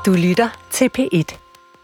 Du lytter til P1.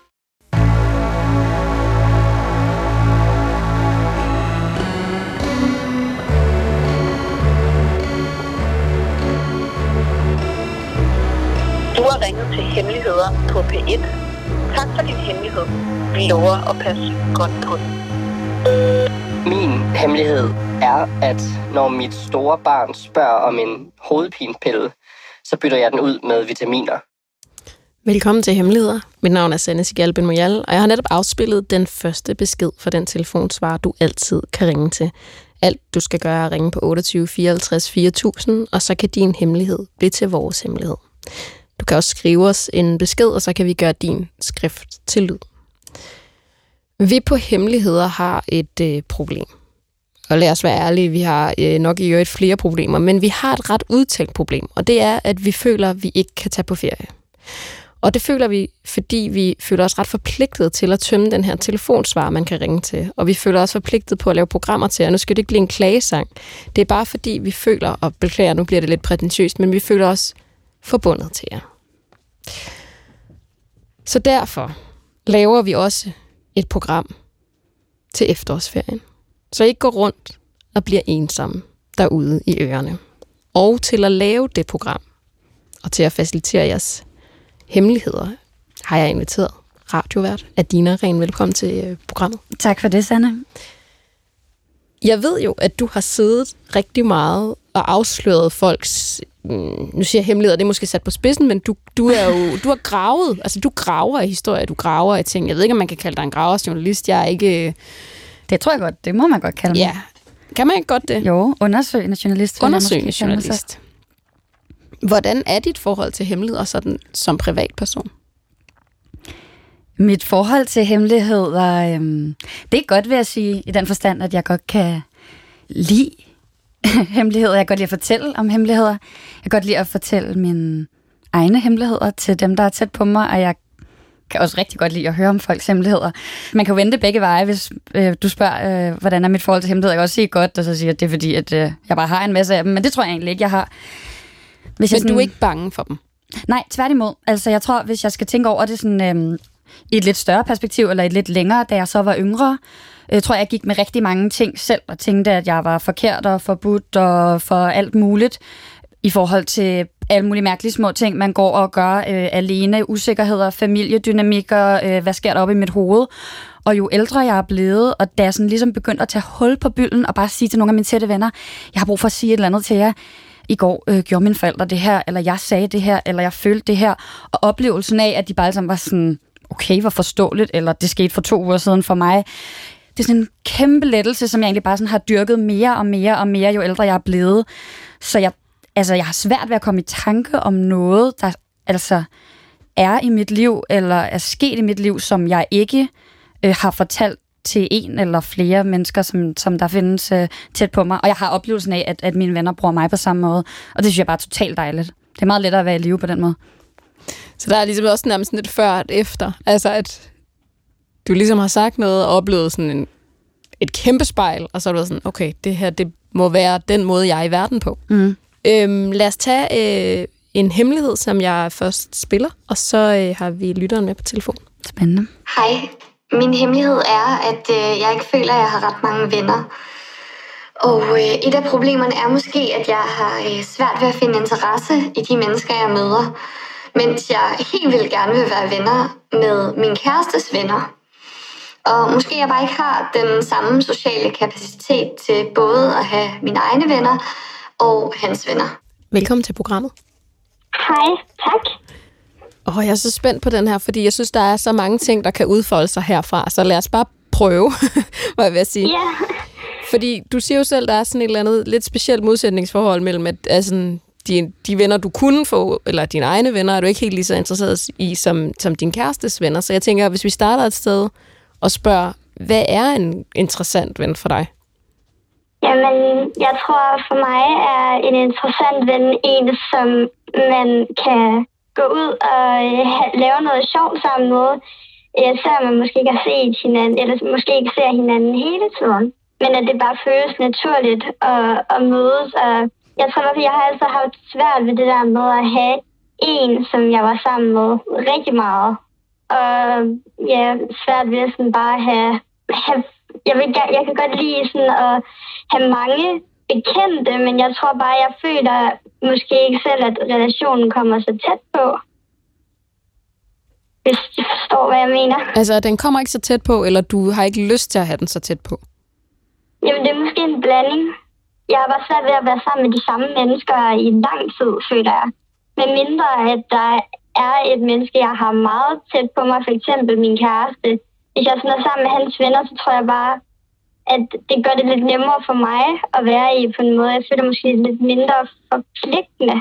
Du har ringet til Hemmeligheder på P1. Tak for din hemmelighed. Vi lover at passe godt på den. Min hemmelighed er, at når mit store barn spørger om en hovedpinepille, så bytter jeg den ud med vitaminer. Velkommen til Hemmeligheder. Mit navn er Sanne Sigal Ben-Moyal, og jeg har netop afspillet den første besked for den telefonsvarer, du altid kan ringe til. Alt du skal gøre er at ringe på 28 54 4000, og så kan din hemmelighed blive til vores hemmelighed. Du kan også skrive os en besked, og så kan vi gøre din skrift til lyd. Vi på Hemmeligheder har et problem. Og lad os være ærlige, vi har nok i øvrigt flere problemer, men vi har et ret udtalt problem, og det er, at vi føler, at vi ikke kan tage på ferie. Og det føler vi, fordi vi føler os ret forpligtet til at tømme den her telefonsvar, man kan ringe til. Og vi føler os forpligtet på at lave programmer til, og nu skal det ikke blive en klagesang. Det er bare fordi, vi føler, og beklager, nu bliver det lidt prætentiøst, men vi føler os forbundet til jer. Så derfor laver vi også et program til efterårsferien. Så I ikke går rundt og bliver ensomme derude i ørerne. Og til at lave det program, og til at facilitere jeres hemmeligheder, har jeg inviteret radiovært Adina Rehn. Velkommen til programmet. Tak for det, Sanne. Jeg ved jo, at du har siddet rigtig meget og afsløret folks, nu siger jeg hemmeligheder, det er måske sat på spidsen, men du har gravet, altså du graver i historier, du graver i ting. Jeg ved ikke, om man kan kalde dig en graversjournalist. Jeg er ikke... Det tror jeg godt, det må man godt kalde mig. Ja, kan man ikke godt det? Jo, undersøgende journalist. Undersøgende journalist. Hvordan er dit forhold til hemmeligheder sådan som privatperson? Mit forhold til hemmeligheder, det er godt, vil jeg sige, i den forstand, at jeg godt kan lide hemmeligheder. Jeg kan godt lide at fortælle om hemmeligheder. Jeg kan godt lide at fortælle mine egne hemmeligheder til dem, der er tæt på mig, og jeg kan også rigtig godt lide at høre om folks hemmeligheder. Man kan jo vente begge veje, hvis du spørger, hvordan er mit forhold til hemmeligheder. Jeg kan også sige godt, og så sige, at det er fordi, at jeg bare har en masse af dem, men det tror jeg egentlig ikke, jeg har. Men du er ikke bange for dem? Nej, tværtimod. Altså, jeg tror, hvis jeg skal tænke over det sådan, i et lidt større perspektiv, eller et lidt længere, da jeg så var yngre, tror jeg gik med rigtig mange ting selv, og tænkte, at jeg var forkert og forbudt og for alt muligt, i forhold til alle mulige mærkelige små ting, man går og gør alene, usikkerheder, familiedynamikker, hvad sker der op i mit hoved. Og jo ældre jeg er blevet, og da jeg sådan ligesom begyndte at tage hul på bylden, og bare sige til nogle af mine tætte venner, jeg har brug for at sige et eller andet til jer. I går gjorde mine forældre det her, eller jeg sagde det her, eller jeg følte det her. Og oplevelsen af, at de bare sammen var sådan, okay, hvor forståeligt, eller det skete for 2 uger siden for mig. Det er sådan en kæmpe lettelse, som jeg egentlig bare sådan har dyrket mere og mere og mere, jo ældre jeg er blevet. Så jeg har svært ved at komme i tanke om noget, der altså er i mit liv, eller er sket i mit liv, som jeg ikke har fortalt til en eller flere mennesker, som der findes tæt på mig. Og jeg har oplevelsen af, at mine venner bruger mig på samme måde. Og det synes jeg bare er totalt dejligt. Det er meget lettere at være i live på den måde. Så der er ligesom også nærmest lidt før og efter. Altså at du ligesom har sagt noget og oplevet sådan et kæmpe spejl, og så er du sådan, okay, det her, det må være den måde, jeg er i verden på. Mm. Lad os tage en hemmelighed, som jeg først spiller, og så har vi lytteren med på telefon. Spændende. Hej. Min hemmelighed er, at jeg ikke føler, at jeg har ret mange venner. Og et af problemerne er måske, at jeg har svært ved at finde interesse i de mennesker, jeg møder. Mens jeg helt vildt gerne vil være venner med min kærestes venner. Og måske jeg bare ikke har den samme sociale kapacitet til både at have mine egne venner og hans venner. Velkommen til programmet. Hej, tak. Jeg er så spændt på den her, fordi jeg synes, der er så mange ting, der kan udfolde sig herfra. Så lad os bare prøve, hvad jeg vil sige. Ja. Fordi du siger jo selv, der er sådan et eller andet lidt specielt modsætningsforhold mellem, at altså, de venner, du kunne få, eller dine egne venner, er du ikke helt lige så interesseret i, som din kærestes venner. Så jeg tænker, hvis vi starter et sted og spørger, hvad er en interessant ven for dig? Jamen, jeg tror for mig er en interessant ven en, som man kan gå ud og lave noget sjovt sammen med, selvom man måske ikke har set hinanden, eller måske ikke ser hinanden hele tiden. Men at det bare føles naturligt at mødes. Og jeg tror, at jeg har altid haft svært ved det der med at have en, som jeg var sammen med rigtig meget. Og ja, svært ved at sådan bare have jeg kan godt lide sådan at have mange bekendte, men jeg tror bare, jeg føler måske ikke selv, at relationen kommer så tæt på. Hvis du forstår, hvad jeg mener. Altså, den kommer ikke så tæt på, eller du har ikke lyst til at have den så tæt på? Jamen, det er måske en blanding. Jeg har bare svært ved at være sammen med de samme mennesker i lang tid, føler jeg. Med mindre, at der er et menneske, jeg har meget tæt på mig, for eksempel min kæreste. Hvis jeg sådan er sammen med hans venner, så tror jeg bare, at det gør det lidt nemmere for mig at være i på en måde. Jeg føler måske lidt mindre forpligtende.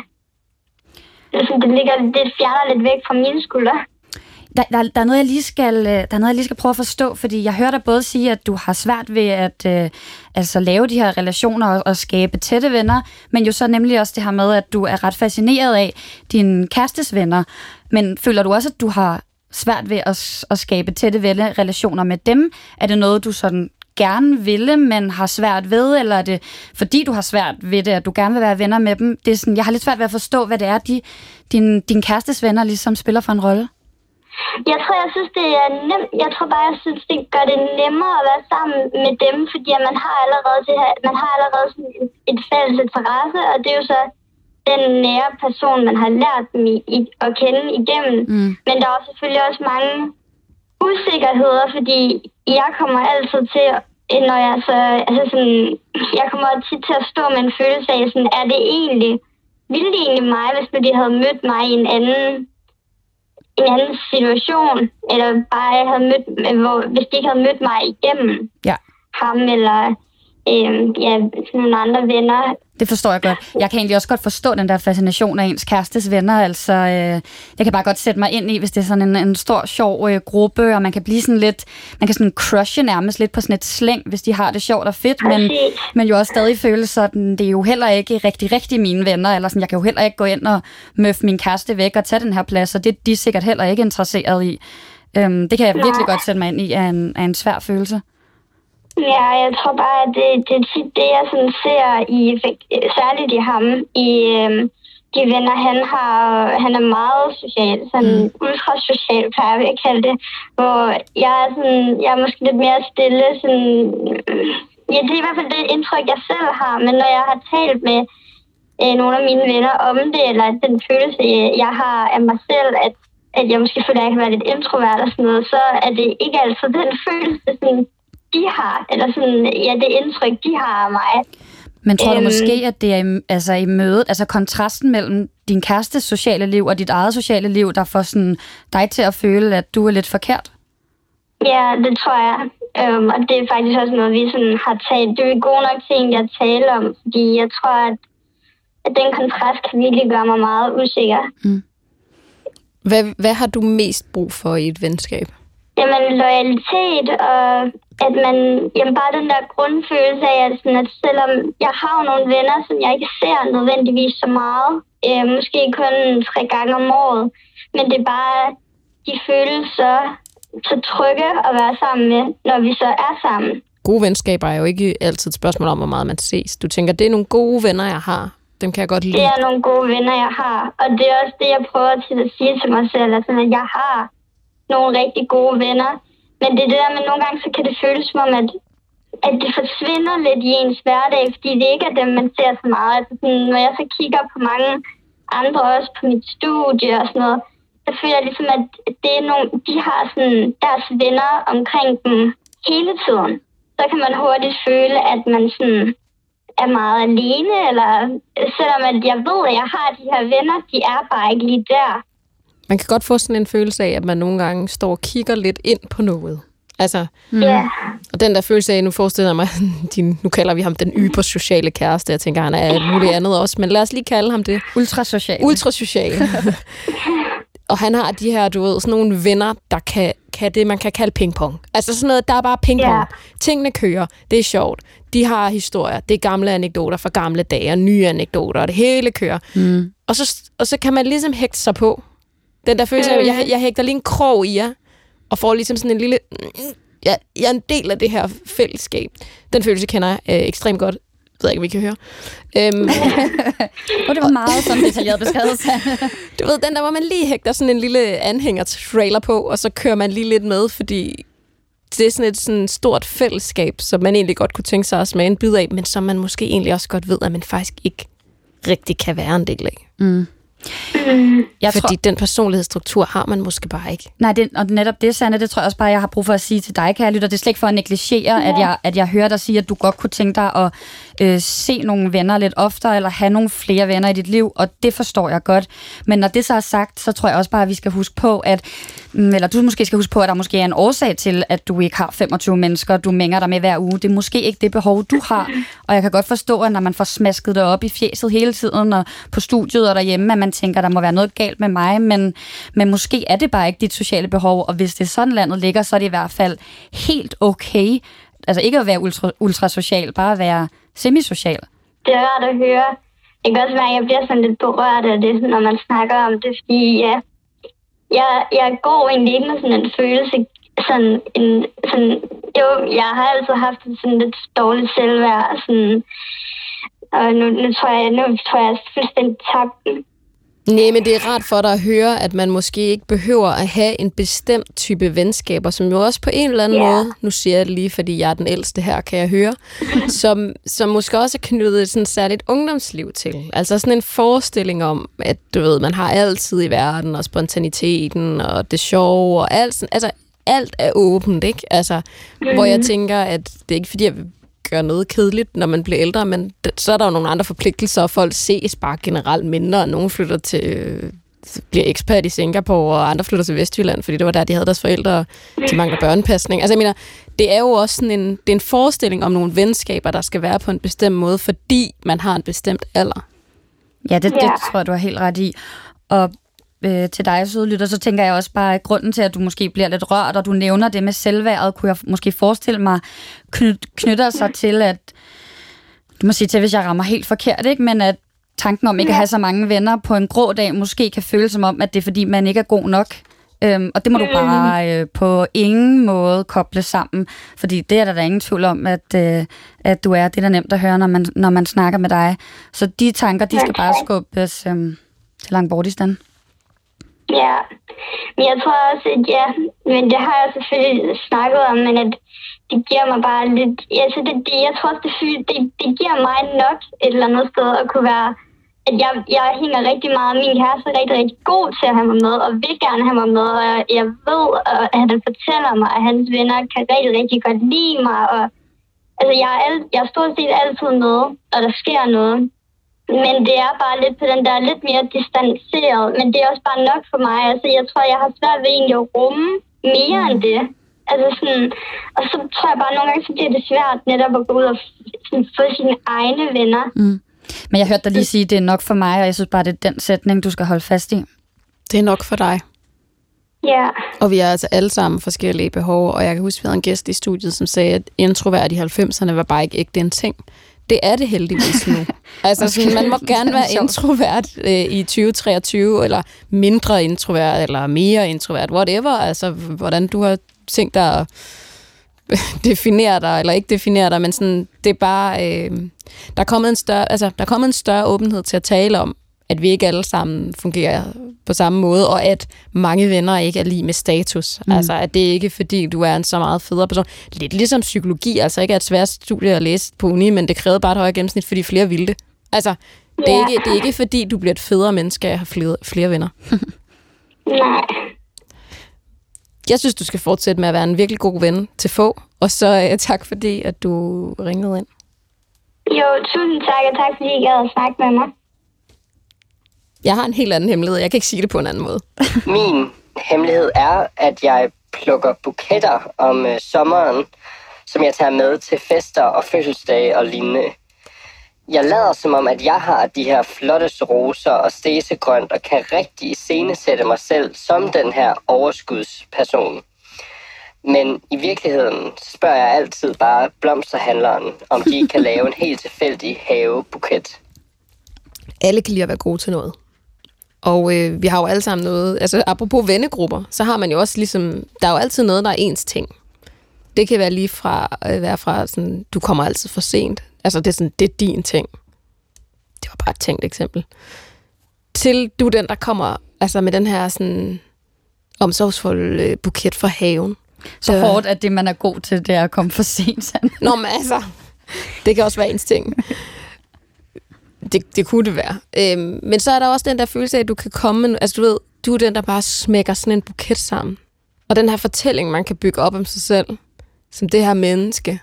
Det fjerner lidt væk fra mine skuldre. Der er noget, jeg lige skal prøve at forstå, fordi jeg hører dig både sige, at du har svært ved at lave de her relationer og skabe tætte venner, men jo så nemlig også det her med, at du er ret fascineret af din kærestes venner. Men føler du også, at du har svært ved at skabe tætte relationer med dem? Er det noget, du sådan gerne ville, men har svært ved, eller er det fordi du har svært ved det, at du gerne vil være venner med dem? Det er sådan, jeg har lidt svært ved at forstå, hvad det er, din kærestes venner ligesom spiller for en rolle. Jeg synes, det er nemt. Jeg tror bare, jeg synes, det gør det nemmere at være sammen med dem, fordi man har allerede sådan et fælles interesse, og det er jo så den nære person, man har lært dem at kende igennem. Men der er selvfølgelig også mange usikkerheder, fordi jeg kommer altid til, når jeg kommer tit til at stå med en følelse af, sådan, ville det egentlig mig, hvis de havde mødt mig i en anden situation, eller bare jeg havde mødt, hvis de ikke havde mødt mig igennem ham, eller nogle andre venner. Det forstår jeg godt. Jeg kan egentlig også godt forstå den der fascination af ens kærestes venner. Altså, jeg kan bare godt sætte mig ind i, hvis det er sådan en stor, sjov gruppe, og man kan blive sådan lidt, man kan sådan crushe nærmest lidt på sådan et slæng, hvis de har det sjovt og fedt, men jo også stadig føle sådan, det er jo heller ikke rigtig mine venner, eller sådan, jeg kan jo heller ikke gå ind og møffe min kæreste væk og tage den her plads, og det er de sikkert heller ikke interesseret i. Det kan jeg virkelig godt sætte mig ind i, af en svær følelse. Ja, jeg tror bare, at det er tit det, jeg sådan ser særligt i ham, i de venner, han er meget social, sådan ultrasocial, plejer jeg at kalde det, hvor jeg er måske lidt mere stille, sådan, ja, det er i hvert fald det indtryk, jeg selv har, men når jeg har talt med nogle af mine venner om det, eller den følelse, jeg har af mig selv, at jeg måske føler, at jeg kan være lidt introvert og sådan noget, så er det ikke altid den følelse, sådan, de har, eller sådan, ja, det indtryk, de har af mig. Men tror du måske, at det er i mødet, altså kontrasten mellem din kærestes sociale liv og dit eget sociale liv, der får sådan dig til at føle, at du er lidt forkert? Ja, det tror jeg. Og det er faktisk også noget, vi sådan har talt. Det er gode nok ting, jeg taler om, fordi jeg tror, at den kontrast kan virkelig gøre mig meget usikker. Hvad har du mest brug for i et venskab? Jamen, loyalitet, og at man, bare den der grundfølelse af, at selvom jeg har jo nogle venner, som jeg ikke ser nødvendigvis så meget, måske kun 3 gange om året, men det er bare, de føles så trygge at være sammen med, når vi så er sammen. Gode venskaber er jo ikke altid et spørgsmål om, hvor meget man ses. Du tænker, det er nogle gode venner, jeg har. Dem kan jeg godt lide. Det er nogle gode venner, jeg har, og det er også det, jeg prøver til at sige til mig selv, at jeg har nogle rigtig gode venner. Men det er det der med, nogle gange, så kan det føles som om, at det forsvinder lidt i ens hverdag, fordi det ikke er dem, man ser så meget. Altså sådan, når jeg så kigger på mange andre, også på mit studie og sådan noget, så føler jeg ligesom, at det er de har sådan deres venner omkring dem hele tiden. Så kan man hurtigt føle, at man sådan er meget alene, eller selvom at jeg ved, at jeg har de her venner, de er bare ikke lige der. Man kan godt få sådan en følelse af, at man nogle gange står og kigger lidt ind på noget. Altså, og den der følelse af, nu forestiller jeg mig, nu kalder vi ham den ybersociale kæreste. Jeg tænker, han er alt muligt andet også, men lad os lige kalde ham det. Ultrasocial. Og han har de her, du ved, sådan nogle venner, der kan det, man kan kalde pingpong. Altså sådan noget, der er bare pingpong. Yeah. Tingene kører, det er sjovt. De har historier, det er gamle anekdoter fra gamle dage, og nye anekdoter, og det hele kører. Og så kan man ligesom hægte sig på. Den der følelse af, jeg hægter lige en krog i jer, og får ligesom sådan en lille... Jeg er en del af det her fællesskab. Den følelse kender jeg ekstremt godt. ved jeg ikke, vi kan høre. Det var meget sådan detaljeret beskrevet. Du ved, den der, hvor man lige hægter sådan en lille anhænger-trailer på, og så kører man lige lidt med, fordi det er sådan et sådan stort fællesskab, som man egentlig godt kunne tænke sig at smage en bid af, men som man måske egentlig også godt ved, at man faktisk ikke rigtig kan være en del af. Fordi den personlighedsstruktur har man måske bare ikke. Nej, og netop det, Sanne, det tror jeg også bare, jeg har brug for at sige til dig, kære lytter. Det er slet ikke for at negligere, at jeg hører dig sige, at du godt kunne tænke dig at se nogle venner lidt oftere, eller have nogle flere venner i dit liv, og det forstår jeg godt. Men når det så er sagt, så tror jeg også bare, at vi skal huske på, eller du måske skal huske på, at der måske er en årsag til, at du ikke har 25 mennesker, du mænger dig med hver uge. Det er måske ikke det behov, du har. Og jeg kan godt forstå, at når man får smasket det op i fjeset hele tiden, og på studiet og derhjemme, at man tænker, der må være noget galt med mig, men måske er det bare ikke dit sociale behov, og hvis det er sådan landet ligger, så er det i hvert fald helt okay. Altså ikke at være ultrasocial, bare at være semisocial. Det er rart at høre. Det kan også være, at jeg bliver sådan lidt berørt af det, når man snakker om det, fordi jeg går egentlig ikke med sådan en følelse, jeg har altid haft sådan lidt dårligt selvværd, sådan, og nu tror jeg fuldstændig tabt. Nej, men det er rart for dig at høre, at man måske ikke behøver at have en bestemt type venskaber, som jo også på en eller anden måde, nu siger jeg det lige, fordi jeg er den ældste her, kan jeg høre, som måske også er knyttet sådan et særligt ungdomsliv til. Altså sådan en forestilling om, at du ved, man har altid i verden, og spontaniteten, og det sjove, og alt sådan, altså alt er åbent, ikke? Altså, hvor jeg tænker, at det er ikke fordi, jeg vil gøre noget kedeligt, når man bliver ældre, men så er der jo nogle andre forpligtelser, og folk ses bare generelt mindre, og nogen flytter bliver ekspert i Singapore, og andre flytter til Vestjylland, fordi det var der, de havde deres forældre, og de mangler børnepasning. Altså jeg mener, det er jo også sådan en forestilling om nogle venskaber, der skal være på en bestemt måde, fordi man har en bestemt alder. Ja, det tror jeg, du har helt ret i. Og til dig, søde lytter, så tænker jeg også bare, at grunden til, at du måske bliver lidt rørt, og du nævner det med selvværdet, kunne jeg måske forestille mig, knytter sig til, at du må sige til, hvis jeg rammer helt forkert, ikke? Men at tanken om ikke at have så mange venner på en grå dag, måske kan føles som om, at det er fordi, man ikke er god nok. Og det må du bare på ingen måde koble sammen, fordi det er der ingen tvivl om, at du er. Det er da nemt at høre, når man snakker med dig. Så de tanker, de skal bare skubbes til Langbordistan. Ja, men jeg tror også, at men det har jeg selvfølgelig snakket om, men at det giver mig bare lidt, jeg tror også, det giver mig nok et eller andet sted at kunne være, at jeg hænger rigtig meget, min kæreste er rigtig, rigtig god til at have mig med, og vil gerne have mig med, og jeg ved, at han fortæller mig, at hans venner kan rigtig, rigtig godt lide mig, og altså jeg er stort set altid med, og der sker noget. Men det er bare lidt på den der lidt mere distanceret, men det er også bare nok for mig. Altså, jeg tror, jeg har svært ved egentlig at rumme mere end det. Altså sådan, og så tror jeg bare, nogle gange så bliver det svært netop at gå ud og få sine egne venner. Men jeg hørte dig lige sige, at det er nok for mig, og jeg synes bare, det er den sætning, du skal holde fast i. Det er nok for dig. Ja. Og vi er altså alle sammen forskellige behov, og jeg kan huske, at vi havde en gæst i studiet, som sagde, at introvert i 90'erne var bare ikke ægte en ting. Det er det heldigvis nu. Altså, sådan, man må gerne være introvert i 2023, eller mindre introvert, eller mere introvert, whatever. Altså, hvordan du har tænkt dig at definere dig, eller ikke definere dig, men sådan, det er bare... der er kommet en større åbenhed til at tale om, at vi ikke alle sammen fungerer på samme måde, og at mange venner ikke er lige med status. Altså, at det ikke er, fordi du er en så meget federe person. Lidt ligesom psykologi, altså ikke er et svært studie at læse på uni, men det krævede bare et højere gennemsnit, fordi flere ville det. Altså, det er ikke fordi, du bliver et federe menneske at have flere venner. Nej. Jeg synes, du skal fortsætte med at være en virkelig god ven til få, og så tak fordi, at du ringede ind. Jo, tusind tak, og tak fordi I gad at snakke med mig. Jeg har en helt anden hemmelighed. Jeg kan ikke sige det på en anden måde. Min hemmelighed er, at jeg plukker buketter om sommeren, som jeg tager med til fester og fødselsdage og lignende. Jeg lader som om, at jeg har de her flotteste roser og stesegrønt og kan rigtig iscenesætte mig selv som den her overskudsperson. Men i virkeligheden spørger jeg altid bare blomsterhandleren, om de kan lave en helt tilfældig havebuket. Alle kan lide at være gode til noget. Og vi har jo alle sammen noget, altså apropos vennegrupper, så har man jo også ligesom, der er jo altid noget, der er ens ting. Det kan være lige fra at være fra sådan, du kommer altid for sent. Altså, det er din ting. Det var bare et tænkt eksempel. Til du er den, der kommer altså med den her sådan omsorgsfulde buket fra haven. Så hårdt, at det, man er god til, det er at komme for sent. Nå, men altså, det kan også være ens ting. Det kunne det være. Men så er der også den der følelse af, at du kan komme... Altså, du ved, du er den, der bare smækker sådan en buket sammen. Og den her fortælling, man kan bygge op om sig selv, som det her menneske,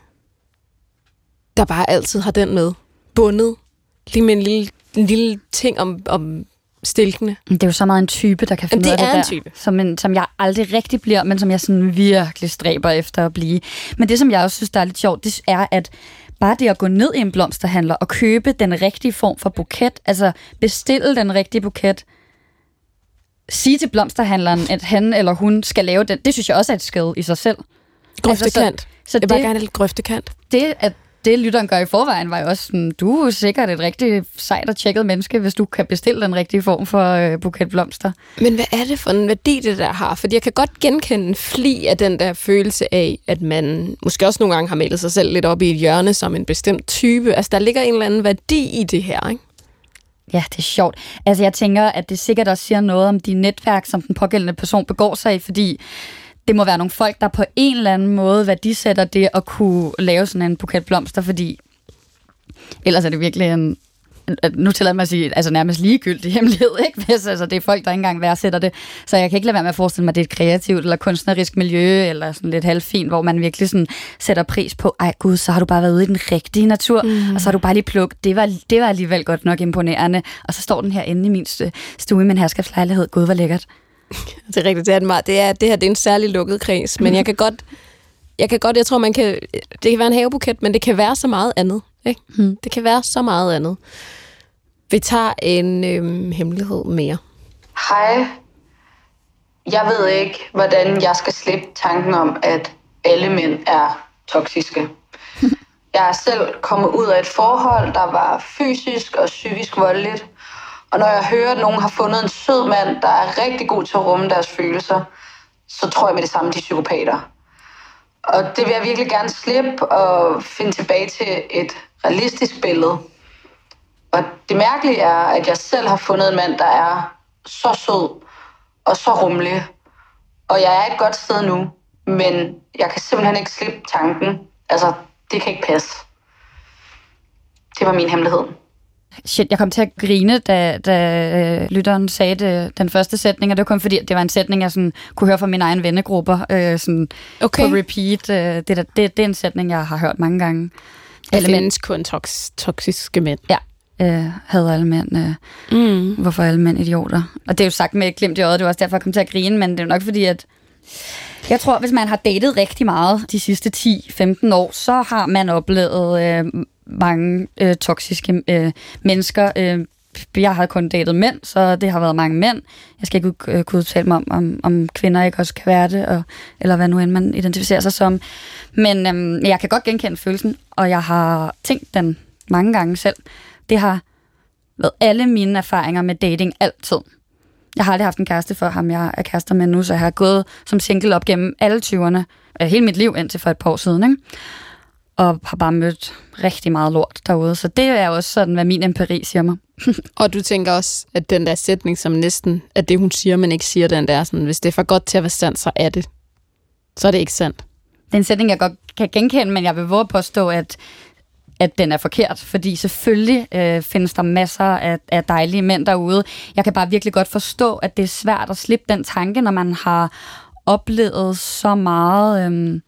der bare altid har den med. Bundet. Lige med en lille ting om stilkene. Det er jo så meget en type, der kan finde ud af det der. Type. Som jeg aldrig rigtig bliver, men som jeg sådan virkelig stræber efter at blive. Men det, som jeg også synes, der er lidt sjovt, det er, at bare det at gå ned i en blomsterhandler og købe den rigtige form for buket, altså bestille den rigtige buket, sige til blomsterhandleren, at han eller hun skal lave den, det synes jeg også er et skade i sig selv. Grøftekant. Altså, så jeg vil bare gerne have lidt grøftekant. Det lytteren gør i forvejen, var jo også sådan, du er sikkert et rigtig sejt og tjekket menneske, hvis du kan bestille den rigtige form for buket blomster. Men hvad er det for en værdi, det der har? Fordi jeg kan godt genkende en fli af den der følelse af, at man måske også nogle gange har malet sig selv lidt op i et hjørne som en bestemt type. Altså, der ligger en eller anden værdi i det her, ikke? Ja, det er sjovt. Altså, jeg tænker, at det sikkert også siger noget om de netværk, som den pågældende person begår sig i, fordi det må være nogle folk, der på en eller anden måde værdisætter det at kunne lave sådan en buket blomster, fordi ellers er det virkelig nu tillader mig at sige, altså nærmest ligegyldig hemmelighed, ikke? Hvis, altså, det er folk, der ikke engang værdsætter det. Så jeg kan ikke lade være med at forestille mig, at det er et kreativt eller kunstnerisk miljø, eller sådan lidt halvfint, hvor man virkelig sådan sætter pris på, ej gud, så har du bare været ude i den rigtige natur, og så har du bare lige plukket. Det var alligevel godt nok imponerende. Og så står den her inde i min stue i min herskabslejlighed. Gud, hvor lækkert. Det er rigtigt, det her det er en særlig lukket kreds, men jeg tror det kan være en havebuket, men det kan være så meget andet, ikke? Det kan være så meget andet. Vi tager en hemmelighed mere. Hej. Jeg ved ikke, hvordan jeg skal slippe tanken om, at alle mænd er toksiske. Jeg er selv kommet ud af et forhold, der var fysisk og psykisk voldeligt. Og når jeg hører, at nogen har fundet en sød mand, der er rigtig god til at rumme deres følelser, så tror jeg med det samme, de er psykopater. Og det vil jeg virkelig gerne slippe og finde tilbage til et realistisk billede. Og det mærkelige er, at jeg selv har fundet en mand, der er så sød og så rummelig. Og jeg er et godt sted nu, men jeg kan simpelthen ikke slippe tanken. Altså, det kan ikke passe. Det var min hemmelighed. Shit, jeg kom til at grine, da lytteren sagde den første sætning, og det var kun fordi, det var en sætning, jeg sådan kunne høre fra mine egne vennegrupper sådan på repeat. Det er en sætning, jeg har hørt mange gange. Alle mænd kun toksiske mænd. Ja, hader alle mænd. Hvorfor er alle mænd idioter? Og det er jo sagt med et glimt i øjet, det var også derfor, jeg kom til at grine, men det er jo nok fordi, at jeg tror, hvis man har datet rigtig meget de sidste 10-15 år, så har man oplevet mange toksiske mennesker. Jeg har kun datet mænd, så det har været mange mænd. Jeg skal ikke kunne udtale mig om kvinder ikke også kan være det, eller hvad nu end man identificerer sig som. Men jeg kan godt genkende følelsen, og jeg har tænkt den mange gange selv. Det har været alle mine erfaringer med dating altid. Jeg har aldrig haft en kæreste før ham, jeg er kærester med nu, så jeg har gået som single op gennem alle 20'erne, hele mit liv indtil for et par år siden, ikke? Og har bare mødt rigtig meget lort derude. Så det er også sådan, hvad min empiri siger mig. Og du tænker også, at den der sætning, som næsten er det, hun siger, men ikke siger, den der sådan, hvis det er for godt til at være sandt, så er det. Så er det ikke sandt. Det er en sætning, jeg godt kan genkende, men jeg vil våge påstå, at den er forkert, fordi selvfølgelig findes der masser af dejlige mænd derude. Jeg kan bare virkelig godt forstå, at det er svært at slippe den tanke, når man har oplevet så meget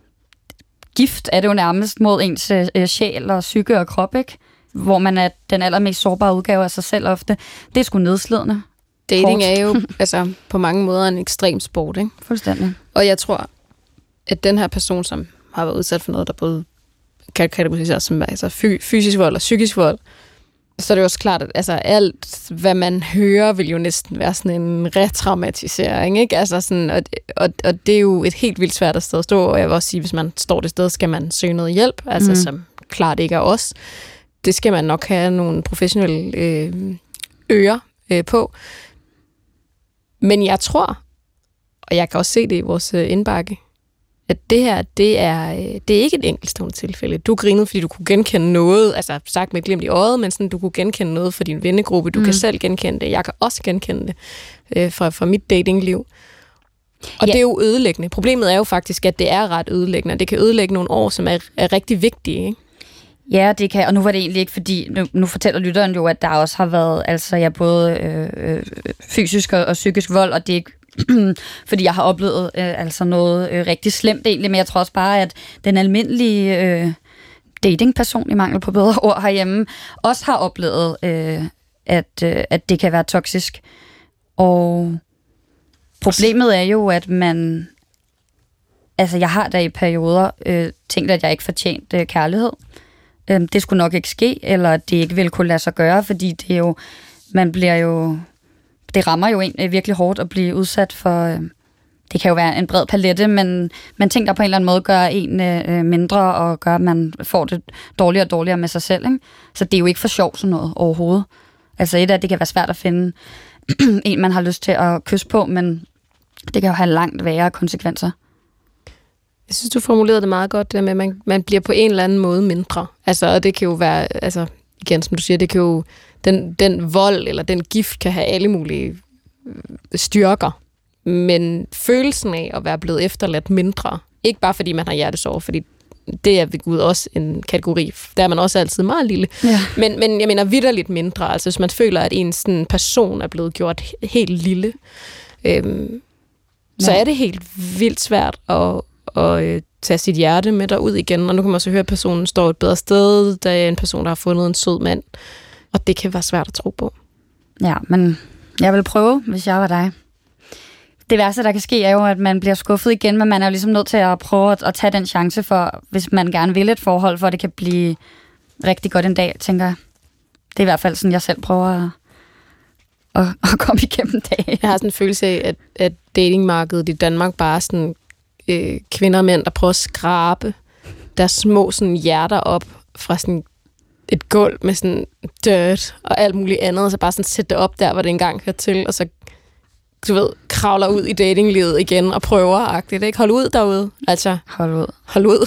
gift, er det jo nærmest mod ens sjæl og psyke og krop, ikke? Hvor man er den allermest sårbare udgave af sig selv ofte. Det er sgu nedslidende. Dating er jo altså på mange måder en ekstrem sport, ikke? Fuldstændig. Og jeg tror, at den her person, som har været udsat for noget, der både kan kategoriseres som altså fysisk vold og psykisk vold, så er det også klart, at altså, alt, hvad man hører, vil jo næsten være sådan en retraumatisering, ikke? Altså sådan, og det er jo et helt vildt svært sted at stå, og jeg vil også sige, hvis man står det sted, skal man søge noget hjælp, altså som klart ikke er os. Det skal man nok have nogle professionelle ører på. Men jeg tror, og jeg kan også se det i vores indbakke, at det her, det er ikke et enkeltstående tilfælde. Du grinede, fordi du kunne genkende noget, altså sagt med et glimt i øjet, men sådan, du kunne genkende noget fra din vennegruppe. Du kan selv genkende det. Jeg kan også genkende det fra mit datingliv. Og det er jo ødelæggende. Problemet er jo faktisk, at det er ret ødelæggende. Det kan ødelægge nogle år, som er rigtig vigtige, ikke? Ja, det kan, og nu var det egentlig ikke, fordi nu fortæller lytteren jo, at der også har været altså både fysisk og psykisk vold, og det er ikke fordi jeg har oplevet altså noget rigtig slemt egentlig, men jeg tror også bare, at den almindelige datingperson, i mangel på bedre ord herhjemme, også har oplevet, at det kan være toksisk. Og problemet er jo, at man... Altså, jeg har da i perioder tænkt, at jeg ikke fortjente kærlighed. Det skulle nok ikke ske, eller at det ikke ville kunne lade sig gøre, fordi det er jo... Man bliver jo... Det rammer jo en virkelig hårdt at blive udsat for... Det kan jo være en bred palette, men ting, der på en eller anden måde gør en mindre, og gør, at man får det dårligere og dårligere med sig selv. Ikke? Så det er jo ikke for sjov sådan noget overhovedet. Altså et af det kan være svært at finde en, man har lyst til at kysse på, men det kan jo have langt værre konsekvenser. Jeg synes, du formulerede det meget godt, det med, at man bliver på en eller anden måde mindre. Altså, og det kan jo være, altså igen, som du siger, det kan jo, den vold eller den gift kan have alle mulige styrker. Men følelsen af at være blevet efterladt mindre, ikke bare fordi man har hjertesorg, fordi det er ved Gud også en kategori, der er man også altid meget lille. Ja. Men jeg mener vitterligt mindre, altså hvis man føler, at en sådan person er blevet gjort helt lille, så er det helt vildt svært at tage sit hjerte med derud igen, og nu kan man også høre, at personen står et bedre sted, der er en person, der har fundet en sød mand, og det kan være svært at tro på. Ja, men jeg vil prøve, hvis jeg var dig. Det værste, der kan ske, er jo, at man bliver skuffet igen, men man er jo ligesom nødt til at prøve at tage den chance for, hvis man gerne vil et forhold, for at det kan blive rigtig godt en dag, tænker jeg. Det er i hvert fald sådan, jeg selv prøver at komme igennem dagen. Jeg har sådan en følelse af, at datingmarkedet i Danmark bare er sådan kvinder og mænd, der prøver at skrabe deres små sådan hjerter op fra sådan et gulv med sådan dirt og alt muligt andet, og så bare sådan sætte det op der, hvor det engang hørte til, og så du ved, kravler ud i datinglivet igen og prøver-agtigt, ikke? Hold ud derude. Altså, hold ud.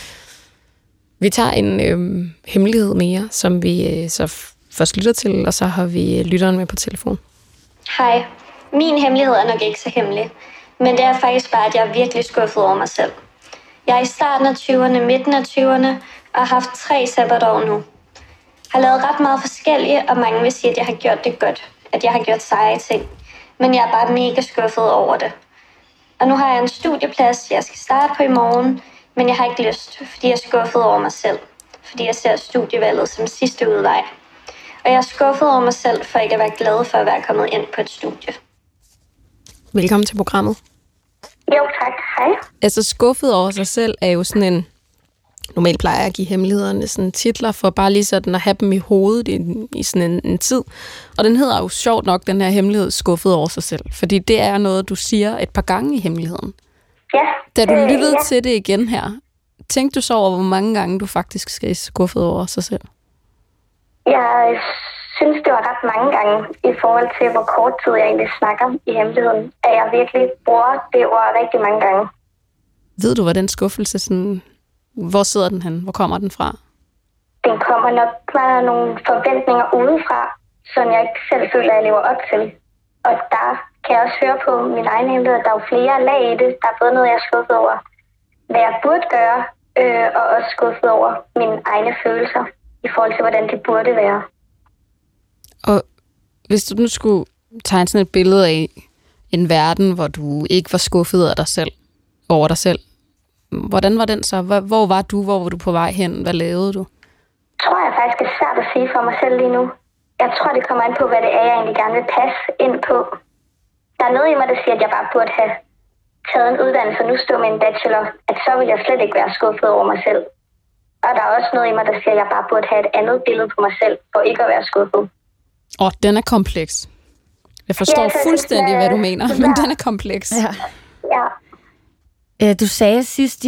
Vi tager en hemmelighed mere, som vi så først lytter til, og så har vi lytteren med på telefon. Hej. Min hemmelighed er nok ikke så hemmelig, men det er faktisk bare, at jeg er virkelig skuffet over mig selv. Jeg er i starten af 20'erne, midten af 20'erne, og har haft 3 sabbatår nu. Har lavet ret meget forskellige, og mange vil sige, at jeg har gjort det godt. At jeg har gjort seje ting. Men jeg er bare mega skuffet over det. Og nu har jeg en studieplads, jeg skal starte på i morgen, men jeg har ikke lyst, fordi jeg er skuffet over mig selv. Fordi jeg ser studievalget som sidste udvej. Og jeg er skuffet over mig selv, for ikke at være glad for at være kommet ind på et studie. Velkommen til programmet. Jo, tak. Hej. Altså, skuffet over sig selv er jo sådan en... Normalt plejer jeg at give hemmelighederne sådan titler for bare lige sådan at have dem i hovedet i sådan en tid. Og den hedder jo sjovt nok, den her hemmelighed, skuffet over sig selv. Fordi det er noget, du siger et par gange i hemmeligheden. Ja. Da du lyttede til det igen her, tænkte du så over, hvor mange gange du faktisk skal skuffet over sig selv? Jeg synes, det var ret mange gange i forhold til, hvor kort tid jeg egentlig snakker i hemmeligheden. At jeg virkelig bruger det ord rigtig mange gange. Ved du, hvor den skuffelse sådan... Hvor sidder den hen? Hvor kommer den fra? Den kommer nok fra nogle forventninger udefra, som jeg ikke selv føler, at jeg lever op til. Og der kan jeg også høre på min egen hemmelighed, at der er jo flere lag i det. Der er både noget, jeg er skuffet over, hvad jeg burde gøre, og også skuffet over mine egne følelser i forhold til, hvordan det burde være. Og hvis du nu skulle tegne sådan et billede af en verden, hvor du ikke var skuffet af dig selv, over dig selv, hvordan var den så? Hvor var du? Hvor var du på vej hen? Hvad lavede du? Tror jeg faktisk er svært at sige for mig selv lige nu. Jeg tror, det kommer an på, hvad det er, jeg egentlig gerne vil passe ind på. Der er noget i mig, der siger, at jeg bare burde have taget en uddannelse og nu stå med en bachelor. At så vil jeg slet ikke være skuffet over mig selv. Og der er også noget i mig, der siger, at jeg bare burde have et andet billede på mig selv, for ikke at være skuffet. Den er kompleks. Jeg forstår fuldstændig, hvad du mener, men den er kompleks. Ja. Du sagde sidst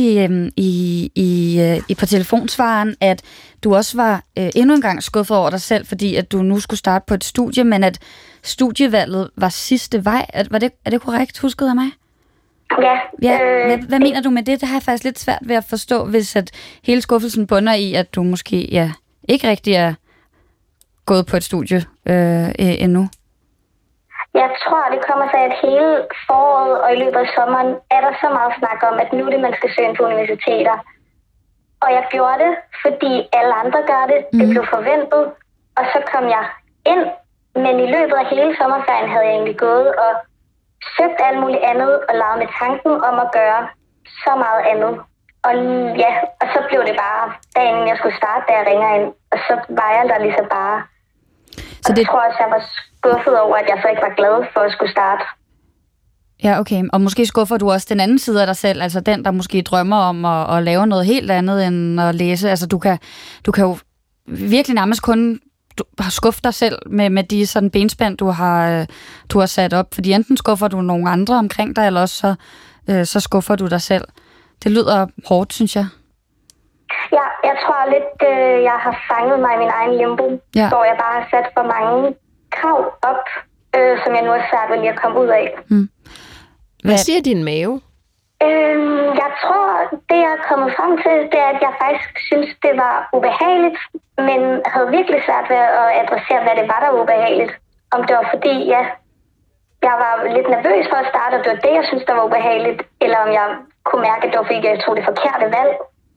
på telefonsvaren, at du også var endnu en gang skuffet over dig selv, fordi at du nu skulle starte på et studie, men at studievalget var sidste vej. Er det korrekt, huskede jeg mig? Ja. Hvad mener du med det? Det har jeg faktisk lidt svært ved at forstå, hvis at hele skuffelsen bunder i, at du måske ikke rigtig er gået på et studie endnu. Jeg tror, det kommer sig, at hele foråret og i løbet af sommeren er der så meget snak om, at nu er det, man skal søge ind på universiteter. Og jeg gjorde det, fordi alle andre gør det. Det blev forventet. Og så kom jeg ind. Men i løbet af hele sommerferien havde jeg egentlig gået og søgt alt muligt andet og lavet med tanken om at gøre så meget andet. Og så blev det bare dagen, jeg skulle starte, da jeg ringer ind. Og så var jeg der ligesom bare. Så det tror jeg, jeg var skuffet over, at jeg så ikke var glad for at skulle starte. Ja, okay. Og måske skuffer du også den anden side af dig selv, altså den, der måske drømmer om at lave noget helt andet end at læse. Altså du kan jo virkelig nærmest kun skuffe dig selv med de sådan benspænd, du har sat op. Fordi enten skuffer du nogle andre omkring dig, eller også så skuffer du dig selv. Det lyder hårdt, synes jeg. Ja, jeg tror lidt, jeg har fanget mig i min egen limbo, hvor jeg bare har sat for mange krav op, som jeg nu er svært ved lige at komme ud af. Hvad siger din mave? Jeg tror, det jeg er kommet frem til, det er, at jeg faktisk synes, det var ubehageligt, men havde virkelig svært ved at adressere, hvad det var, der var ubehageligt. Om det var fordi, jeg var lidt nervøs for at starte, og det var det, jeg synes, der var ubehageligt, eller om jeg kunne mærke, at det var fordi, jeg tog det forkerte valg.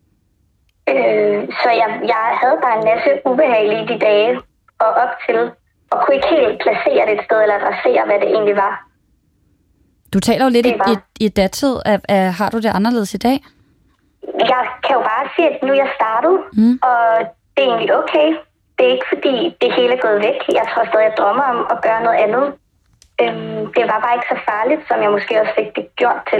Så jeg havde bare en masse ubehag i de dage og op til, og kunne ikke helt placere det et sted, eller adressere, hvad det egentlig var. Du taler jo lidt i datid. Har du det anderledes i dag? Jeg kan jo bare sige, at nu er jeg startet, og det er egentlig okay. Det er ikke fordi, det hele er gået væk. Jeg tror stadig, jeg drømmer om at gøre noget andet. Det var bare ikke så farligt, som jeg måske også fik det gjort til.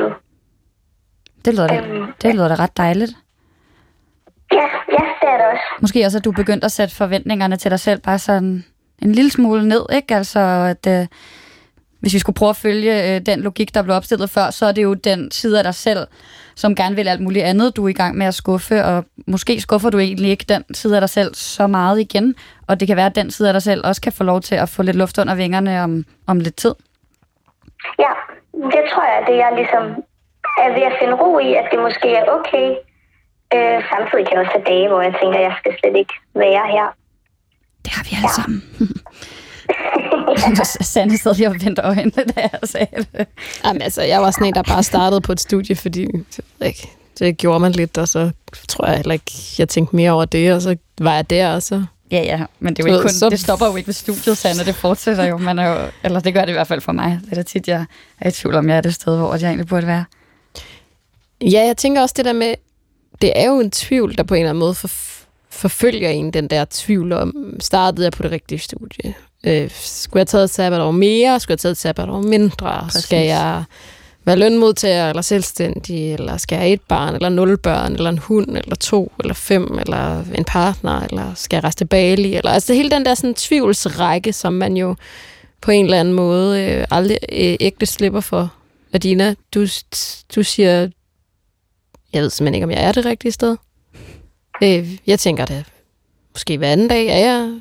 Det lyder da ret dejligt. Ja, det er det også. Måske også, at du er begyndt at sætte forventningerne til dig selv bare sådan en lille smule ned, ikke? Altså, at hvis vi skulle prøve at følge den logik, der blev opstillet før, så er det jo den side af dig selv, som gerne vil alt muligt andet, du er i gang med at skuffe, og måske skuffer du egentlig ikke den side af dig selv så meget igen, og det kan være, at den side af dig selv også kan få lov til at få lidt luft under vingerne om lidt tid. Ja, det tror jeg, det jeg ligesom er ved at finde ro i, at det måske er okay. Samtidig kan jeg også have dage, hvor jeg tænker, at jeg skal slet ikke være her. Det har vi alle sammen. Sanne sad lige og vendte øjnene, da jeg sagde det. Jamen, altså, jeg var sådan en, der bare startede på et studie, fordi det gjorde man lidt, og så tror jeg heller ikke, jeg tænkte mere over det, og så var jeg der, og så... Ja, men det er jo ikke kun, det stopper jo ikke ved studiet, Sanne, det fortsætter jo. Man er jo, eller det gør det i hvert fald for mig. Det er da tit, jeg er i tvivl om, jeg er det sted, hvor jeg egentlig burde være. Ja, jeg tænker også det der med, det er jo en tvivl, der på en eller anden måde forfølger en, den der tvivl om, startede jeg på det rigtige studie? Skulle jeg tage et sabbatår mere? Skulle jeg tage et sabbatår mindre? Præcis. Skal jeg være lønmodtager eller selvstændig? Eller skal jeg have et barn, eller 0 børn, eller en hund, eller 2, eller 5, eller en partner? Eller skal jeg rejse til Bali? Eller, altså hele den der sådan tvivlsrække, som man jo på en eller anden måde aldrig ægte slipper for. Adina, du siger, jeg ved simpelthen ikke, om jeg er det rigtige sted. Jeg tænker det måske hver anden dag.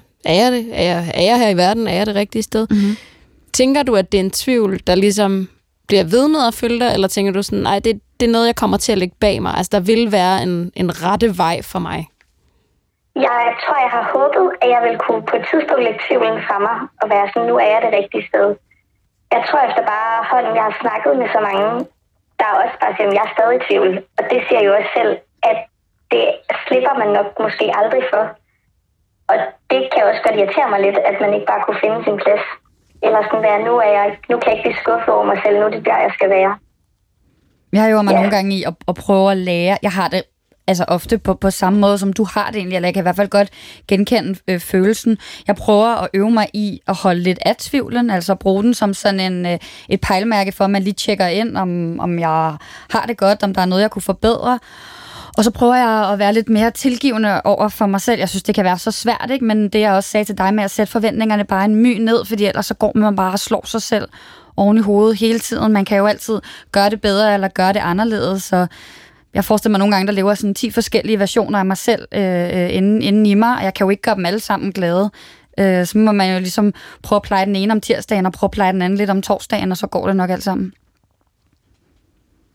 Er jeg her i verden? Er jeg det rigtige sted? Mm-hmm. Tænker du, at det er en tvivl, der ligesom bliver ved med at følge dig, eller tænker du sådan, nej, det er noget, jeg kommer til at lægge bag mig? Altså, der vil være en rette vej for mig. Jeg tror, jeg har håbet, at jeg vil kunne på et tidspunkt lægge tvivlen fra mig, og være sådan, nu er jeg det rigtige sted. Jeg tror efter bare hånden, jeg har snakket med så mange, der er også bare siger, at jeg er stadig i tvivl. Og det siger jo også selv, at det slipper man nok måske aldrig for. Og det kan også godt irritere mig lidt, at man ikke bare kunne finde sin plads. Eller sådan være, nu kan jeg ikke blive skuffet over mig selv, nu er det der, jeg skal være. Jeg har jo mig nogle gange i at prøve at lære. Jeg har det altså ofte på samme måde, som du har det egentlig, eller jeg kan i hvert fald godt genkende følelsen. Jeg prøver at øve mig i at holde lidt af tvivlen, altså bruge den som sådan et pejlemærke for, at man lige tjekker ind, om jeg har det godt, om der er noget, jeg kunne forbedre. Og så prøver jeg at være lidt mere tilgivende over for mig selv. Jeg synes, det kan være så svært, ikke? Men det, jeg også sagde til dig med at sætte forventningerne bare en my ned, fordi ellers så går man bare og slår sig selv oven i hovedet hele tiden. Man kan jo altid gøre det bedre eller gøre det anderledes, så jeg forestiller mig nogle gange, der lever sådan 10 forskellige versioner af mig selv inden i mig, og jeg kan jo ikke gøre dem alle sammen glade. Så må man jo ligesom prøve at pleje den ene om tirsdagen, og prøve at pleje den anden lidt om torsdagen, og så går det nok alt sammen.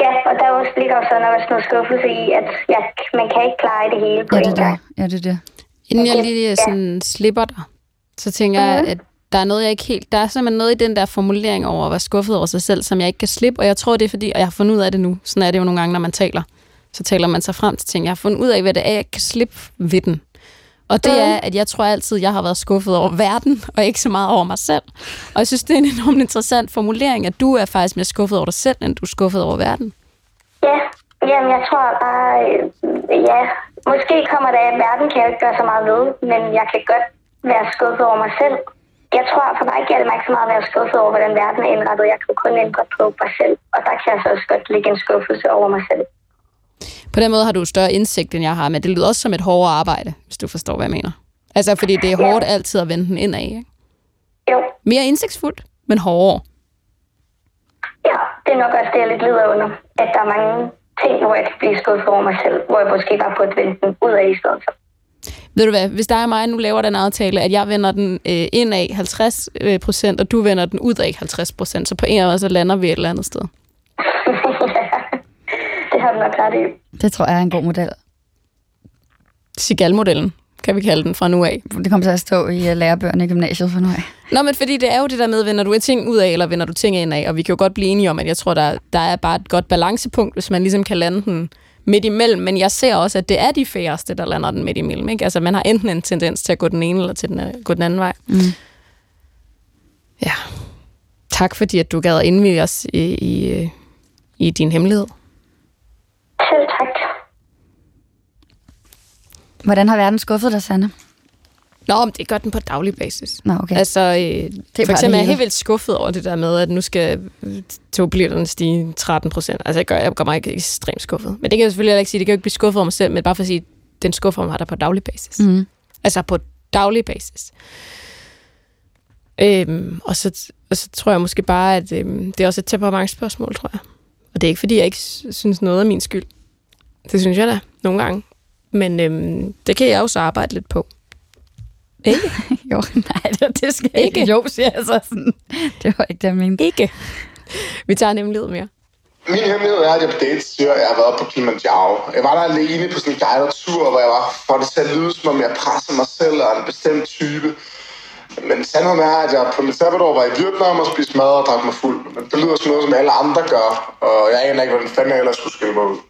Ja, og der ligger jo så nok også noget skuffelse i, at man kan ikke klare det hele på en gang. Ja, det er det. Inden jeg lige sådan slipper dig, så tænker jeg, at der er noget, jeg ikke helt... Der er simpelthen noget i den der formulering over at være skuffet over sig selv, som jeg ikke kan slippe, og jeg tror, det er fordi, og jeg har fundet ud af det nu, sådan er det jo nogle gange, når man taler, så taler man sig frem til ting. Jeg har fundet ud af, hvad det er, jeg ikke kan slippe ved den. Og det er, at jeg tror altid, jeg har været skuffet over verden, og ikke så meget over mig selv. Og jeg synes, det er en enormt interessant formulering, at du er faktisk mere skuffet over dig selv, end du er skuffet over verden. Ja, jamen jeg tror bare, måske kommer det af, at verden kan jeg ikke gøre så meget ved, men jeg kan godt være skuffet over mig selv. Jeg tror, for mig gælder det mig ikke så meget at være skuffet over, hvordan verden er indrettet. Jeg kan kun ændre på mig selv, og der kan jeg så også godt ligge en skuffelse over mig selv. På den måde har du større indsigt, end jeg har, men det lyder også som et hårdere arbejde, hvis du forstår, hvad jeg mener. Altså, fordi det er hårdt altid at vende den indad, ikke? Jo. Mere indsigtsfuldt, men hårdere. Ja, det er nok også det, jeg lidt lider under. At der er mange ting, hvor jeg kan blive skuffet over mig selv, hvor jeg måske bare burde vende den udad i stedet for. Ved du hvad, hvis dig og mig nu laver den aftale, at jeg vender den indad 50%, og du vender den udad 50%, så på en eller anden så lander vi et eller andet sted. Det har du nok ret i. Det tror jeg er en god model. Sigal-modellen, kan vi kalde den fra nu af. Det kommer til at stå i lærebøgerne i gymnasiet for nu af. Nå, men fordi det er jo det der med, vender du ting ud af, eller vender du ting ind af, og vi kan jo godt blive enige om, at jeg tror, der er bare et godt balancepunkt, hvis man ligesom kan lande den midt imellem, men jeg ser også, at det er de færreste, der lander den midt imellem, ikke? Altså, man har enten en tendens til at gå den ene, eller til gå den anden vej. Mm. Ja. Tak fordi, at du gad at indvige os i din hemmelighed. Selv tak. Hvordan har verden skuffet dig, Sanne? Nå, men det gør den på daglig basis. Nå, okay. Altså, for eksempel er jeg helt vildt skuffet over det der med, at nu skal togbilleterne stige 13%. Altså, jeg gør mig ikke ekstremt skuffet. Men det kan jeg selvfølgelig ikke sige. Det kan jo ikke blive skuffet over mig selv, men bare for at sige, at den skuffer mig der på daglig basis. Mm. Altså, på daglig basis. Og så tror jeg måske bare, at det er også et temperamentsspørgsmål, tror jeg. Og det er ikke, fordi jeg ikke synes noget af min skyld. Det synes jeg da, nogle gange. Men det kan jeg også arbejde lidt på. Ikke? Jo, nej, det skal ikke. Jo, siger jeg så sådan. Det var ikke det, jeg mente. Ikke. Vi tager en hemmelighed mere. Min hemmelighed er, at jeg på dates siger, at jeg har været på Kilimanjaro. Jeg var der alene på sådan en guided tur, hvor jeg var for det til at lyde, som om jeg presser mig selv og en bestemt type. Men sandheden er, at jeg på mit sabbatår var i Vietnam og spiste mad og drak mig fuld. Men det lyder sådan noget, som alle andre gør, og jeg aner ikke, hvordan fanden jeg ellers skulle skille mig ud.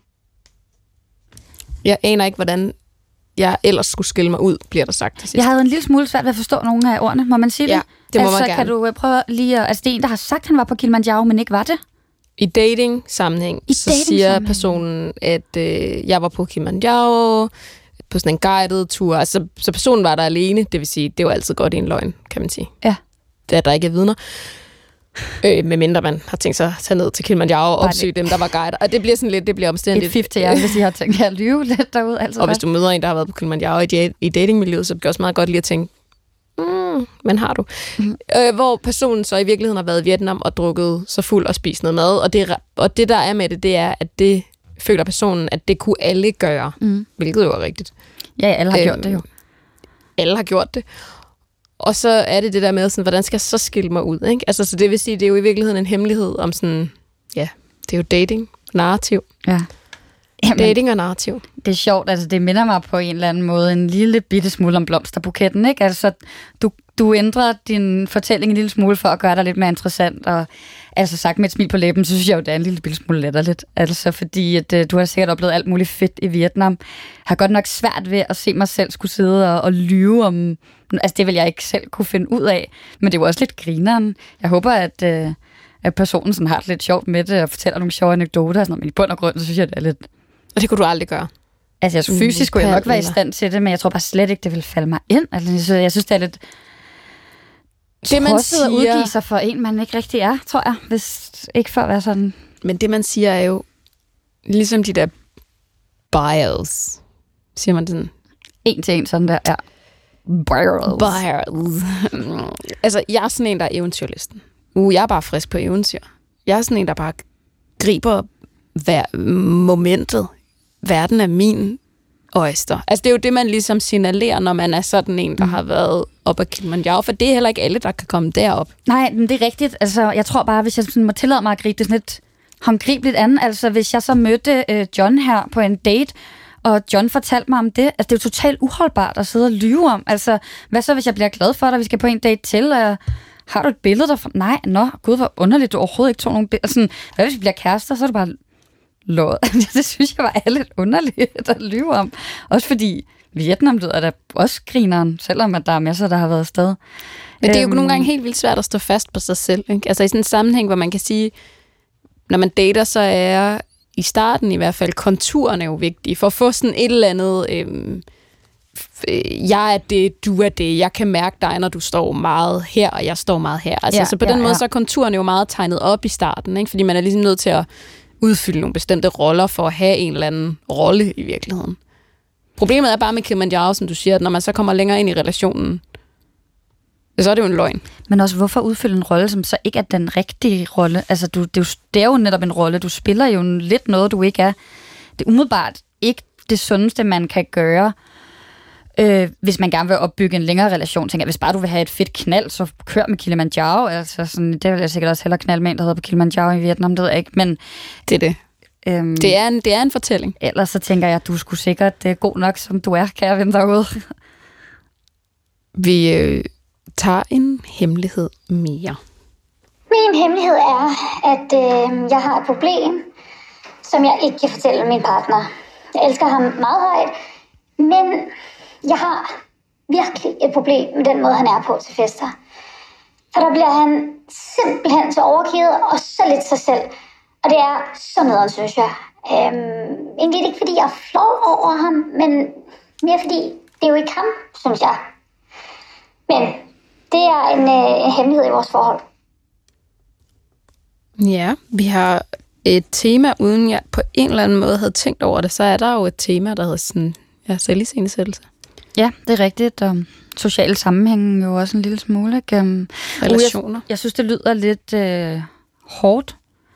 Jeg aner ikke, hvordan jeg ellers skulle skille mig ud, bliver der sagt til sidst. Jeg havde en lille smule svært ved at forstå nogle af ordene. Må man sige det? Ja, det må altså, man gerne. Kan du prøve lige at... Altså, det er en, der har sagt, at han var på Kilimanjaro, men ikke var det? I dating-sammenhæng, siger personen, at jeg var på Kilimanjaro på sådan en guided tur. Altså, så personen var der alene, det vil sige, det var altid godt i en løgn, kan man sige. Ja. Det er der ikke er vidner. Medmindre man har tænkt sig at tage ned til Kilimanjaro og opsøge dem, der var guider. Og det bliver sådan lidt, det bliver omstændigt. Et fif til jer, hvis I har tænkt at lyve lidt derude. Altså og hvis du møder en, der har været på Kilimanjaro i datingmiljøet, så bliver det også meget godt lige at tænke, men har du? Hvor personen så i virkeligheden har været i Vietnam og drukket så fuld og spist noget mad. Og det der er med det er, at det føler personen, at det kunne alle gøre. Hvilket jo er rigtigt. Ja, alle har gjort det jo. Alle har gjort det. Og så er det der med, sådan, hvordan skal jeg så skille mig ud? Ikke? Altså, så det vil sige, det er jo i virkeligheden en hemmelighed om sådan, ja, det er jo dating, narrativ. Ja. Jamen, dating og narrativ. Det er sjovt, altså det minder mig på en eller anden måde en lille bitte smule om blomsterbuketten, ikke? Altså, du ændrer din fortælling en lille smule for at gøre dig lidt mere interessant, og altså sagt med et smil på læben, så synes jeg jo, det er en lille bitte smule letterligt. Altså, fordi at, du har sikkert oplevet alt muligt fedt i Vietnam. Jeg har godt nok svært ved at se mig selv skulle sidde og lyve om... Altså, det vil jeg ikke selv kunne finde ud af, men det er jo også lidt grineren. Jeg håber, at personen sådan har det lidt sjovt med det, og fortæller nogle sjove anekdoter og sådan noget, men i bund og grund, så synes jeg, det er lidt... Og det kunne du aldrig gøre? Altså, fysisk kunne jeg nok være i stand til det, men jeg tror bare slet ikke, det vil falde mig ind. Altså, jeg synes, det er lidt... Det, man siger... at udgive sig for en, man ikke rigtig er, tror jeg, hvis ikke for at være sådan... Men det, man siger, er jo ligesom de der bios. Siger man sådan? En til en, sådan der, ja. Bios. Altså, jeg er sådan en, der er eventyrlisten. Jeg er bare frisk på eventyr. Jeg er sådan en, der bare griber momentet. Verden er min oyster. Altså, det er jo det, man ligesom signalerer, når man er sådan en, der har været op ad Kilimanjaro, for det er heller ikke alle, der kan komme derop. Nej, men det er rigtigt. Altså, jeg tror bare, hvis jeg sådan må tillade mig at gribe det sådan håndgribeligt an. Altså, hvis jeg så mødte John her på en date, og John fortalte mig om det, altså, det er jo totalt uholdbart at sidde og lyve om. Altså, hvad så, hvis jeg bliver glad for dig, vi skal på en date til, har du et billede derfra? Nej, gud, hvor underligt, du overhovedet ikke tog nogen billeder. Sådan, hvad hvis vi bliver kærester, så er det bare løjet. Det synes jeg var lidt underligt at lyve om. Også fordi Vietnam er da også grineren, selvom at der er masser, der har været afsted. Men det er jo nogle gange helt vildt svært at stå fast på sig selv. Ikke? Altså i sådan en sammenhæng, hvor man kan sige, når man dater, så er i starten i hvert fald konturerne jo vigtige. For at få sådan et eller andet, jeg er det, du er det, jeg kan mærke dig, når du står meget her, og jeg står meget her. Altså, så på den måde, så er konturerne jo meget tegnet op i starten, ikke? Fordi man er ligesom nødt til at udfylde nogle bestemte roller for at have en eller anden rolle i virkeligheden. Problemet er bare med Kilimanjaro, som du siger, at når man så kommer længere ind i relationen, så er det jo en løgn. Men også, hvorfor udfylde en rolle, som så ikke er den rigtige rolle? Altså, det er jo netop en rolle. Du spiller jo lidt noget, du ikke er. Det er umiddelbart ikke det sundeste, man kan gøre, hvis man gerne vil opbygge en længere relation. Tænker, hvis bare du vil have et fedt knald, så kør med Kilimanjaro. Altså, sådan, det vil jeg sikkert også hellere knalde med en, der hedder på Kilimanjaro i Vietnam, det ved jeg ikke. Men det er det. Det er en fortælling. Ellers så tænker jeg, at du skulle sikkert god nok, som du er, kære ven derude. Vi tager en hemmelighed mere. Min hemmelighed er, at jeg har et problem, som jeg ikke kan fortælle min partner. Jeg elsker ham meget højt, men jeg har virkelig et problem med den måde, han er på til fester. For der bliver han simpelthen så overgivet og så lidt sig selv. Og det er så nederen, synes jeg. Egentlig ikke, fordi jeg er flov over ham, men mere fordi det er jo ikke ham, synes jeg. Men det er en hemmelighed i vores forhold. Ja, vi har et tema, uden jeg på en eller anden måde havde tænkt over det, så er der jo et tema, der hedder sådan, selviscenesættelse. Ja, det er rigtigt. Og social sammenhæng jo også en lille smule. Ikke? Relationer. Jeg synes, det lyder lidt hårdt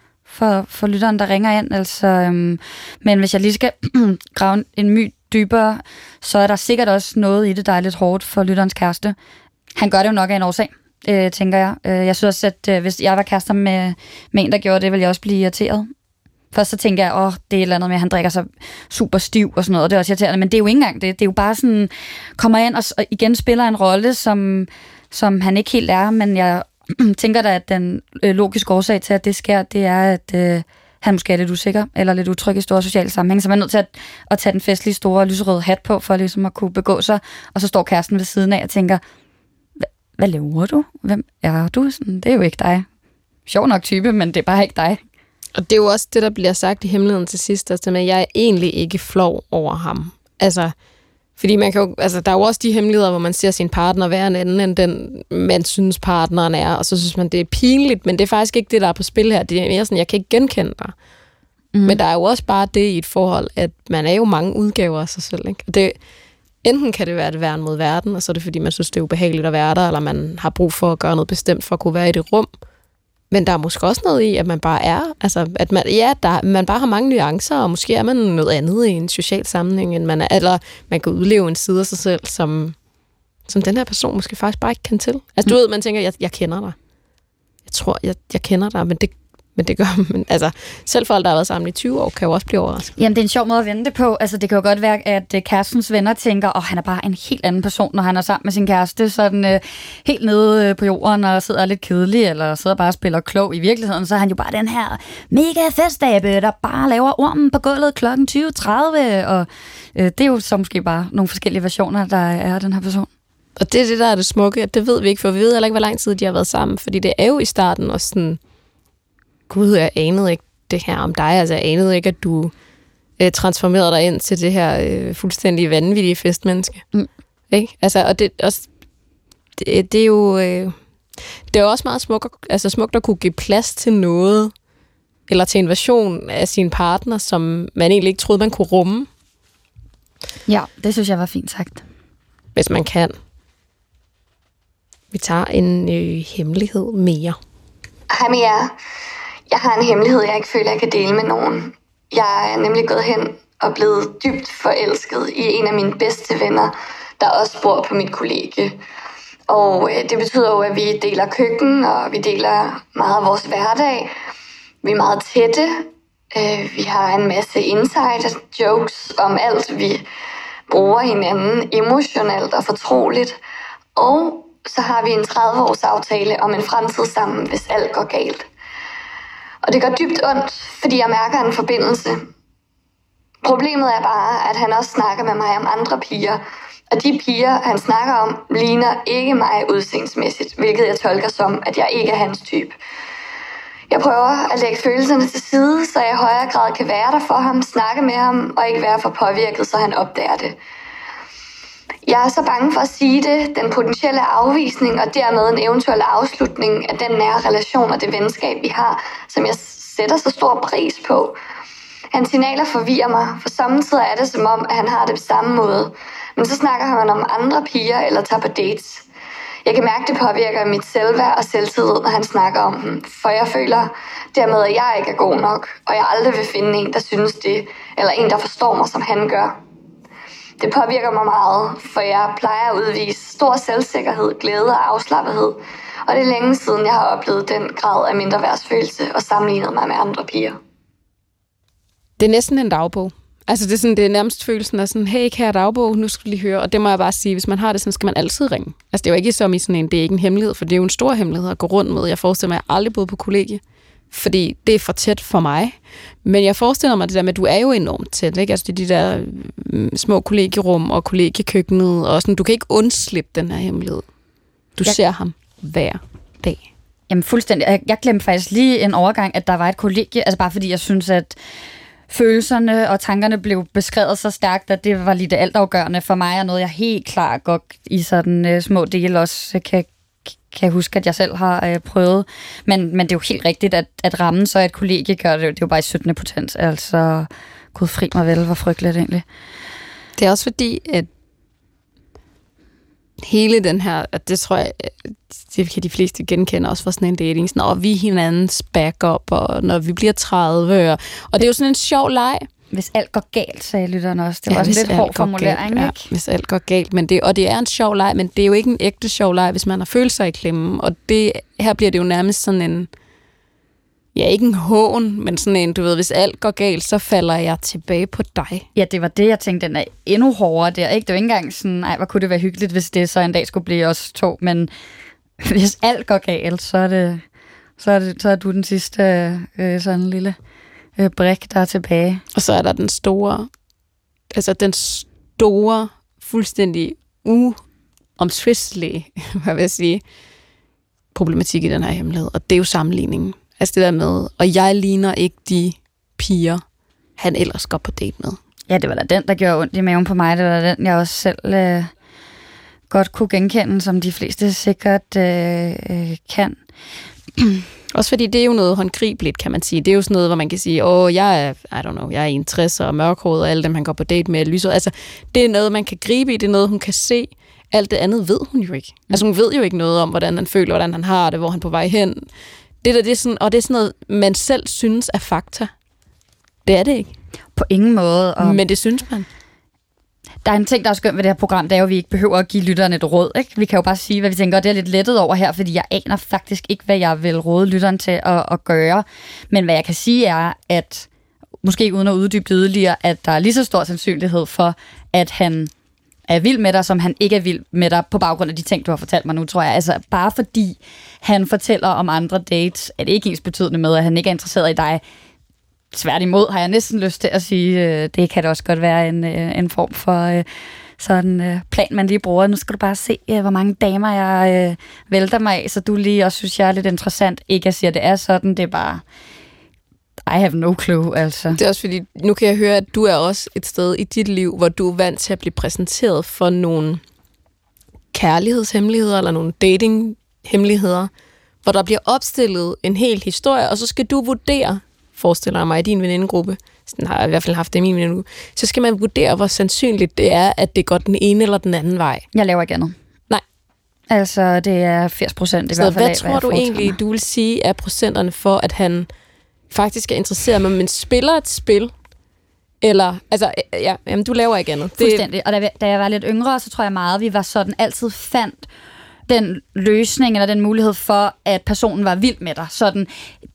for lytteren, der ringer ind. Altså, men hvis jeg lige skal grave en my dybere, så er der sikkert også noget i det, der er lidt hårdt for lytterens kæreste. Han gør det jo nok af en årsag, tænker jeg. Jeg synes også, at hvis jeg var kærester med en, der gjorde det, ville jeg også blive irriteret. Først så tænker jeg, det er et eller andet med, at han drikker sig super stiv og sådan noget, og det er også irriterende, men det er jo ikke engang det. Det er jo bare sådan, kommer ind og igen spiller en rolle, som han ikke helt er, men jeg tænker da, at den logiske årsag til, at det sker, det er, at han måske er lidt usikker, eller lidt utryg i store sociale sammenhæng, så man er nødt til at tage den festlige store lyserøde hat på, for ligesom at kunne begå sig, og så står kæresten ved siden af og tænker, hvad laver du? Hvem er du? Sådan, det er jo ikke dig. Sjov nok type, men det er bare ikke dig. Og det er jo også det, der bliver sagt i hemmeligheden til sidst, altså med, at jeg er egentlig ikke flov over ham. Altså, fordi man kan jo, altså, der er jo også de hemmeligheder, hvor man ser sin partner være en anden, end den, man synes, partneren er, og så synes man, det er pinligt, men det er faktisk ikke det, der er på spil her. Det er mere sådan, jeg kan ikke genkende dig. Men der er jo også bare det i et forhold, at man er jo mange udgaver af sig selv, ikke? Og det, enten kan det være et værn mod verden, og så er det fordi, man synes, det er ubehageligt at være der, eller man har brug for at gøre noget bestemt for at kunne være i det rum. Men der er måske også noget i, at man bare er, altså, at man bare har mange nuancer, og måske er man noget andet i en social sammenhæng, end man er, eller man kan udleve en side af sig selv, som den her person måske faktisk bare ikke kan til. Altså, du ved, man tænker, jeg kender dig. Jeg tror, jeg kender dig, men det gør man. Altså, selv folk, der har været sammen i 20 år, kan jo også blive overrasket. Jamen, det er en sjov måde at vende det på. Altså, det kan jo godt være, at kærestens venner tænker, han er bare en helt anden person, når han er sammen med sin kæreste, sådan helt nede på jorden og sidder lidt kedelig, eller sidder bare og spiller klog. I virkeligheden, så er han jo bare den her mega festabe, der bare laver ormen på gulvet kl. 20.30, og det er jo så måske bare nogle forskellige versioner, der er den her person. Og det er det, der er det smukke, det ved vi ikke, for vi ved heller ikke, hvor lang tid de har været sammen, fordi det er jo i starten også sådan, gud, jeg anede ikke det her om dig, altså jeg anede ikke, at du transformerede dig ind til det her fuldstændig vanvittige festmenneske. Ikke? Altså, og det er jo det er også meget smukt at kunne give plads til noget, eller til en version af sin partner, som man egentlig ikke troede, man kunne rumme. Ja, det synes jeg var fint sagt. Hvis man kan. Vi tager en hemmelighed mere. Hej med jer. Jeg har en hemmelighed, jeg ikke føler, jeg kan dele med nogen. Jeg er nemlig gået hen og blevet dybt forelsket i en af mine bedste venner, der også bor på mit kollegie. Og det betyder jo, at vi deler køkken, og vi deler meget af vores hverdag. Vi er meget tætte. Vi har en masse insider jokes om alt. Vi bruger hinanden emotionelt og fortroligt. Og så har vi en 30-års aftale om en fremtid sammen, hvis alt går galt. Og det gør dybt ondt, fordi jeg mærker en forbindelse. Problemet er bare, at han også snakker med mig om andre piger. Og de piger, han snakker om, ligner ikke mig udseendsmæssigt, hvilket jeg tolker som, at jeg ikke er hans type. Jeg prøver at lægge følelserne til side, så jeg i højere grad kan være der for ham, snakke med ham og ikke være for påvirket, så han opdager det. Jeg er så bange for at sige det, den potentielle afvisning og dermed en eventuel afslutning af den nære relation og det venskab, vi har, som jeg sætter så stor pris på. Hans signaler forvirrer mig, for samtidig er det som om, at han har det på samme måde. Men så snakker han om andre piger eller tager på dates. Jeg kan mærke, det påvirker mit selvværd og selvtillid, når han snakker om dem. For jeg føler dermed, at jeg ikke er god nok, og jeg aldrig vil finde en, der synes det, eller en, der forstår mig, som han gør. Det påvirker mig meget, for jeg plejer at udvise stor selvsikkerhed, glæde og afslappethed. Og det er længe siden, jeg har oplevet den grad af mindreværdsfølelse og sammenlignet mig med andre piger. Det er næsten en dagbog. Altså det er nærmest følelsen af sådan, hey, kære dagbog, nu skal du lige høre. Og det må jeg bare sige, hvis man har det, så skal man altid ringe. Altså det er jo ikke som i sådan en, det er ikke en hemmelighed, for det er jo en stor hemmelighed at gå rundt med. Jeg forestiller mig, at jeg aldrig boede på kollegie, fordi det er for tæt for mig. Men jeg forestiller mig det der med, at du er jo enormt tæt, ikke? Altså det er de der små kollegierum og kollegiekøkkenet, og sådan, du kan ikke undslippe den her hemmelighed. Du ser ham hver dag. Jamen fuldstændig. Jeg glemte faktisk lige en overgang, at der var et kollegie, altså bare fordi jeg synes, at følelserne og tankerne blev beskrevet så stærkt, at det var lige det altafgørende for mig, og noget, jeg helt klart godt i sådan små dele også kan huske, at jeg selv har prøvet. Men det er jo helt rigtigt, at rammen så et kollegie gør det. Det er jo bare i 17. potens. Altså, gud fri mig vel, hvor frygteligt egentlig. Det er også fordi, at hele den her, at det tror jeg, det kan de fleste genkende også fra sådan en dating, sådan, og vi er hinandens backup, og når vi bliver 30, og det er jo sådan en sjov leg. Hvis alt går galt, sagde lytterne også. Det var også en lidt hård formulering, ikke? Hvis alt går galt, men det er en sjov leg, men det er jo ikke en ægte sjov leg, hvis man har følt sig i klemme, og det, her bliver det jo nærmest sådan en, ja, ikke en hån, men sådan en, du ved, hvis alt går galt, så falder jeg tilbage på dig. Ja, det var det, jeg tænkte, den er endnu hårdere der, ikke? Det er jo ikke engang sådan, nej, hvor kunne det være hyggeligt, hvis det så en dag skulle blive os to, men hvis alt går galt, så er du den sidste sådan lille brik, der er tilbage. Og så er der den store, fuldstændig uomtvistelige, hvad vil jeg sige, problematik i den her hemmelighed, og det er jo sammenligningen. Altså det der med, og jeg ligner ikke de piger, han ellers går på date med. Ja, det var da den, der gjorde ondt i maven på mig. Det var da den, jeg også selv godt kunne genkende, som de fleste sikkert kan. Også fordi det er jo noget håndgribeligt, kan man sige. Det er jo sådan noget, hvor man kan sige, jeg er 61 og mørkhåret, og alle dem, han går på date med, lyser. Altså, det er noget, man kan gribe i, det er noget, hun kan se. Alt det andet ved hun jo ikke. Altså, hun ved jo ikke noget om, hvordan han føler, hvordan han har det, hvor han er på vej hen. Det er sådan, og det er sådan noget, man selv synes er fakta. Det er det ikke. På ingen måde. Og men det synes man. Der er en ting, der er skønt ved det her program, det er jo, at vi ikke behøver at give lytterne et råd. Ikke? Vi kan jo bare sige, hvad vi tænker, og det er lidt lettet over her, fordi jeg aner faktisk ikke, hvad jeg vil råde lytteren til at gøre. Men hvad jeg kan sige er, at måske uden at uddybe det yderligere, at der er lige så stor sandsynlighed for, at han er vild med dig, som han ikke er vild med dig, på baggrund af de ting, du har fortalt mig nu, tror jeg. Altså, bare fordi han fortæller om andre dates, er det ikke ens betydende med, at han ikke er interesseret i dig. Tværtimod har jeg næsten lyst til at sige, det kan da også godt være en form for sådan plan, man lige bruger. Nu skal du bare se, hvor mange damer jeg vælter mig af, så du lige også synes, jeg er lidt interessant. Ikke at sige, at det er sådan, det er bare I have no clue, altså. Det er også fordi, nu kan jeg høre, at du er også et sted i dit liv, hvor du er vant til at blive præsenteret for nogle kærlighedshemmeligheder, eller nogle datinghemmeligheder, hvor der bliver opstillet en hel historie, og så skal du vurdere, forestiller jeg mig, i din venindegruppe, sådan har jeg i hvert fald haft det i min venindegruppe, så skal man vurdere, hvor sandsynligt det er, at det går den ene eller den anden vej. Jeg laver ikke andet. Nej. Altså, det er 80% i hvert fald. Så hvad tror du egentlig, du vil sige, er procenterne for, at han faktisk er interesseret, men spiller et spil, eller, altså, ja, jamen, du laver ikke andet. Fuldstændig, og da jeg var lidt yngre, så tror jeg meget, vi var sådan, altid fandt den løsning, eller den mulighed for, at personen var vild med dig. Sådan,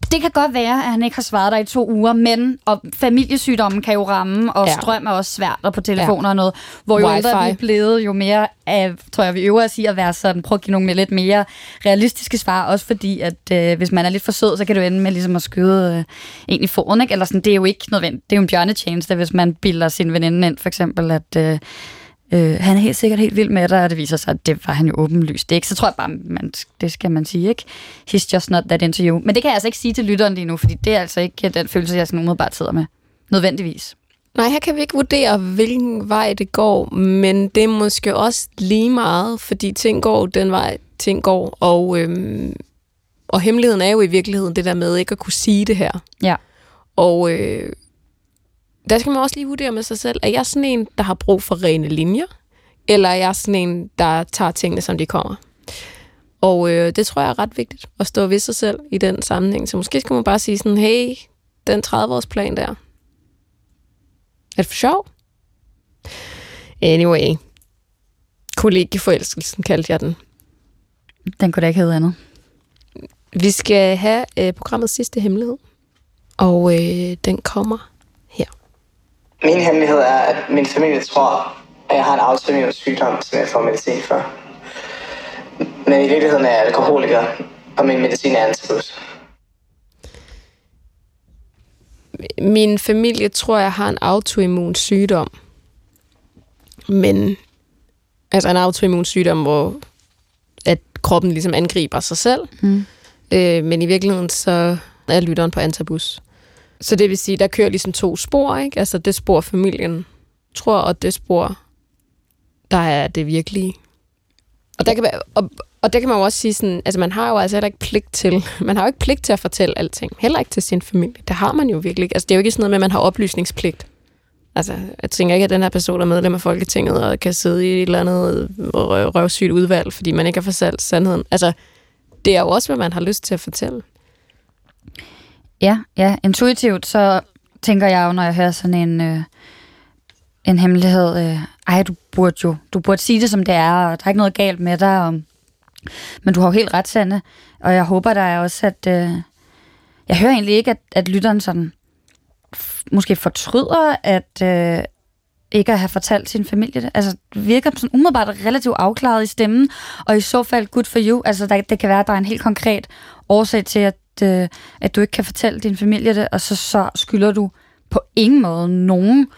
Det kan godt være, at han ikke har svaret dig i 2 uger, men og familiesygdommen kan jo ramme, og strøm er også svært, og på telefoner og noget. Hvor jo ældre vi er blevet, jo mere tror jeg, vi øver os i at være sådan, prøv at give nogle lidt mere realistiske svar, også fordi, at hvis man er lidt for sød, så kan det jo ende med ligesom at skyde en i foden, ikke? Eller sådan, det er jo ikke nødvendigt. Det er jo en bjørnetjeneste, hvis man bilder sin veninde ind, for eksempel, at han er helt sikkert helt vild med dig, og det viser sig, at det var han jo åbenlyst. Det ikke? Så tror jeg bare, det skal man sige, ikke? He's just not that into you. Men det kan jeg altså ikke sige til lytteren lige nu, fordi det er altså ikke den følelse, jeg sådan umiddelbart sidder med. Nødvendigvis. Nej, her kan vi ikke vurdere, hvilken vej det går, men det er måske også lige meget, fordi ting går den vej, ting går, og hemmeligheden er jo i virkeligheden det der med ikke at kunne sige det her. Ja. Og der skal man også lige vurdere med sig selv, er jeg sådan en, der har brug for rene linjer, eller er jeg sådan en, der tager tingene, som de kommer? Og det tror jeg er ret vigtigt, at stå ved sig selv i den sammenhæng. Så måske skal man bare sige sådan, hey, den 30-årsplan der, er det for sjov? Anyway, kollegieforelskelsen kaldte jeg den. Den kunne da ikke hedde andet. Vi skal have programmets sidste hemmelighed, og den kommer her. Min hemmelighed er, at min familie tror, at jeg har en autoimmun sygdom, som jeg får medicin for. Men i virkeligheden er jeg alkoholiker, og min medicin er antabus. Min familie tror, jeg har en autoimmun sygdom. Men altså en autoimmun sygdom, hvor at kroppen ligesom angriber sig selv. Men i virkeligheden så er lytteren på antabus. Så det vil sige, der kører ligesom 2 spor, ikke? Altså det spor familien tror, og det spor, der er det virkelige. Og der kan man, og der kan man jo også sige sådan, altså man har jo altså heller ikke pligt til, at fortælle alting. Heller ikke til sin familie. Det har man jo virkelig ikke. Altså det er jo ikke sådan noget med, at man har oplysningspligt. Altså jeg tænker ikke, at den her person er medlem af Folketinget og kan sidde i et eller andet røvsygt udvalg, fordi man ikke har fortalt sandheden. Altså det er jo også, hvad man har lyst til at fortælle. Ja, intuitivt, så tænker jeg jo, når jeg hører sådan en hemmelighed, du burde sige det, som det er, og der er ikke noget galt med dig, men du har jo helt ret, Sanne, og jeg håber, der er også, at jeg hører egentlig ikke, at lytteren sådan måske fortryder, at ikke at have fortalt sin familie det. Altså, det virker sådan umiddelbart relativt afklaret i stemmen, og i så fald good for you. Altså, det kan være, at der er en helt konkret årsag til, at du ikke kan fortælle din familie det, og så skylder du på ingen måde nogen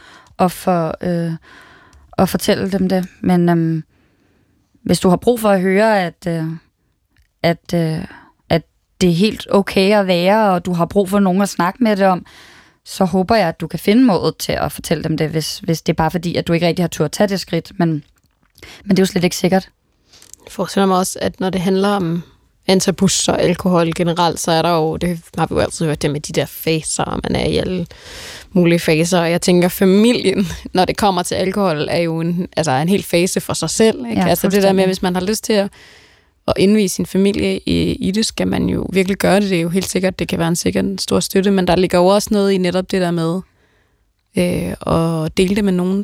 at fortælle dem det. Men hvis du har brug for at høre, at det er helt okay at være, og du har brug for nogen at snakke med det om, så håber jeg, at du kan finde modet til at fortælle dem det, hvis det er bare fordi, at du ikke rigtig har turde tage det skridt. Men det er jo slet ikke sikkert. Jeg forestiller mig også, at når det handler om antabus og alkohol generelt, så er der jo, det har vi jo altid hørt, det med de der faser, og man er i alle mulige faser. Og jeg tænker, familien, når det kommer til alkohol, er jo en hel fase for sig selv. Ikke? Ja, altså det der med, hvis man har lyst til at indvise sin familie i det, skal man jo virkelig gøre det. Det er jo helt sikkert, det kan være en stor støtte, men der ligger jo også noget i netop det der med at dele det med nogen,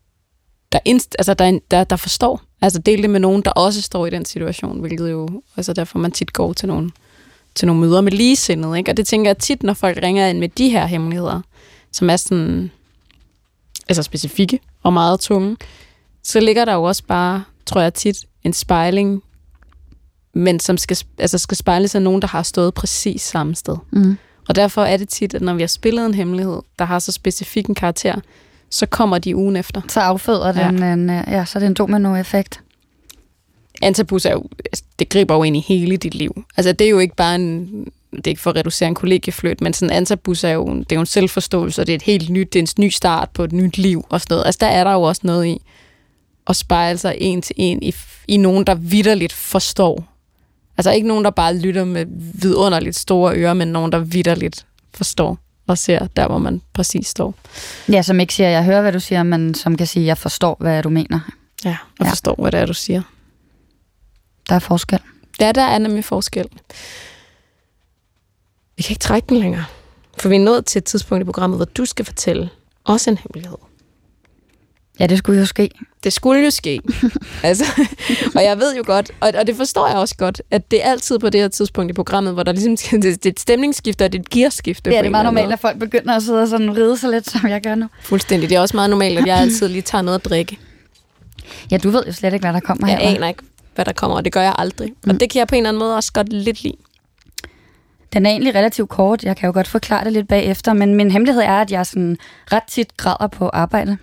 der forstår. Altså dele det med nogen, der også står i den situation, hvilket jo, altså derfor man tit går til nogle møder med ligesindede, ikke? Og det tænker jeg tit, når folk ringer ind med de her hemmeligheder, som er sådan, altså specifikke og meget tunge, så ligger der jo også bare, tror jeg tit, en spejling, men som skal spejle sig nogen, der har stået præcis samme sted. Mm. Og derfor er det tit, at når vi har spillet en hemmelighed, der har så specifik en karakter, så kommer de ugen efter. Så afføder den så er det en domino-effekt. Antabus er jo, det griber jo ind i hele dit liv. Altså det er jo ikke bare det er ikke for at reducere en kollegieflyt, men sådan antabus er jo, det er jo en selvforståelse, og det er et helt nyt, det er en ny start på et nyt liv og sådan noget. Altså der er der jo også noget i at spejle sig en til en i nogen, der vitterligt forstår. Altså ikke nogen, der bare lytter med vidunderligt store ører, men nogen, der vitterligt forstår og ser der, hvor man præcis står. Ja, som ikke siger, jeg hører, hvad du siger, men som kan sige, jeg forstår, hvad du mener. Ja, og forstår, hvad det er, du siger. Der er forskel. Ja, der er nemlig forskel. Vi kan ikke trække den længere, for vi er nået til et tidspunkt i programmet, hvor du skal fortælle også en hemmelighed. Ja, det skulle jo ske. Det skulle jo ske. Altså, og jeg ved jo godt, og det forstår jeg også godt, at det er altid på det her tidspunkt i programmet, hvor der ligesom det er et stemningsskifte og det er et gearskifte. Det er meget normalt, at folk begynder at sidde og sådan ride sig lidt, som jeg gør nu. Fuldstændig. Det er også meget normalt, at jeg altid lige tager noget at drikke. Ja, du ved jo slet ikke, hvad der kommer her. Jeg aner ikke, hvad der kommer, og det gør jeg aldrig. Og det kan jeg på en eller anden måde også godt lidt lide. Den er egentlig relativt kort. Jeg kan jo godt forklare det lidt bagefter, men min hemmelighed er, at jeg sådan ret tit græder på arbejde.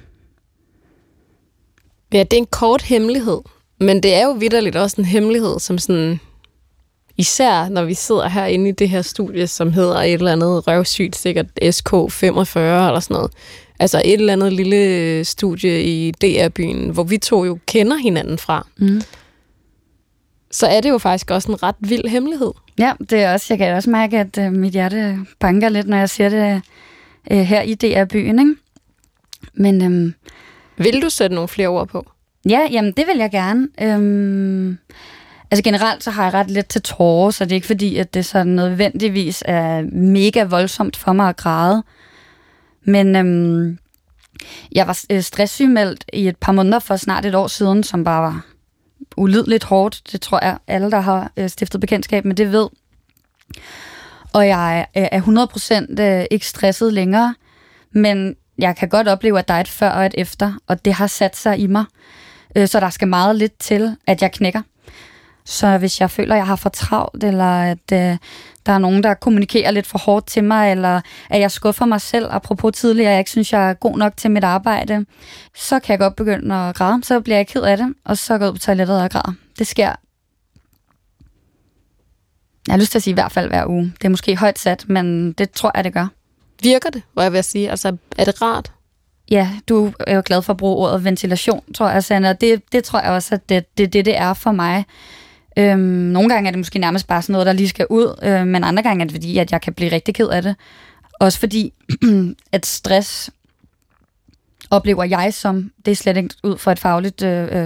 Ja, det er en kort hemmelighed, men det er jo vitterligt også en hemmelighed, som sådan, især når vi sidder herinde i det her studie, som hedder et eller andet røvsygt, sikkert SK45 eller sådan noget. Altså et eller andet lille studie i DR-byen, hvor vi to jo kender hinanden fra. Mm. Så er det jo faktisk også en ret vild hemmelighed. Ja, det er også, jeg kan også mærke, at mit hjerte banker lidt, når jeg siger det her i DR-byen, ikke? Men vil du sætte nogle flere ord på? Ja, jamen det vil jeg gerne. Altså generelt så har jeg ret let til tårer, så det er ikke fordi, at det så nødvendigvis er mega voldsomt for mig at græde. Men jeg var stresssygemeldt i et par måneder for snart et år siden, som bare var ulideligt hårdt. Det tror jeg, alle, der har stiftet bekendtskab med det, ved. Og jeg er 100% ikke stresset længere, men jeg kan godt opleve, at der er et før og et efter, og det har sat sig i mig. Så der skal meget lidt til, at jeg knækker. Så hvis jeg føler, at jeg har for travlt, eller at der er nogen, der kommunikerer lidt for hårdt til mig, eller at jeg skuffer mig selv, apropos tidligere, jeg ikke synes, jeg er god nok til mit arbejde, så kan jeg godt begynde at græde. Så bliver jeg ked af det, og så går jeg ud på toilettet og græder. Det sker, jeg har lyst til at sige i hvert fald hver uge. Det er måske højt sat, men det tror jeg, det gør. Virker det, hvor jeg vil sige? Altså, er det rart? Ja, du er jo glad for at bruge ordet ventilation, tror jeg, Sanne, og det tror jeg også, at det er for mig. Nogle gange er det måske nærmest bare sådan noget, der lige skal ud, men andre gange er det fordi, at jeg kan blive rigtig ked af det. Også fordi, at stress oplever jeg som, det er slet ikke ud fra et fagligt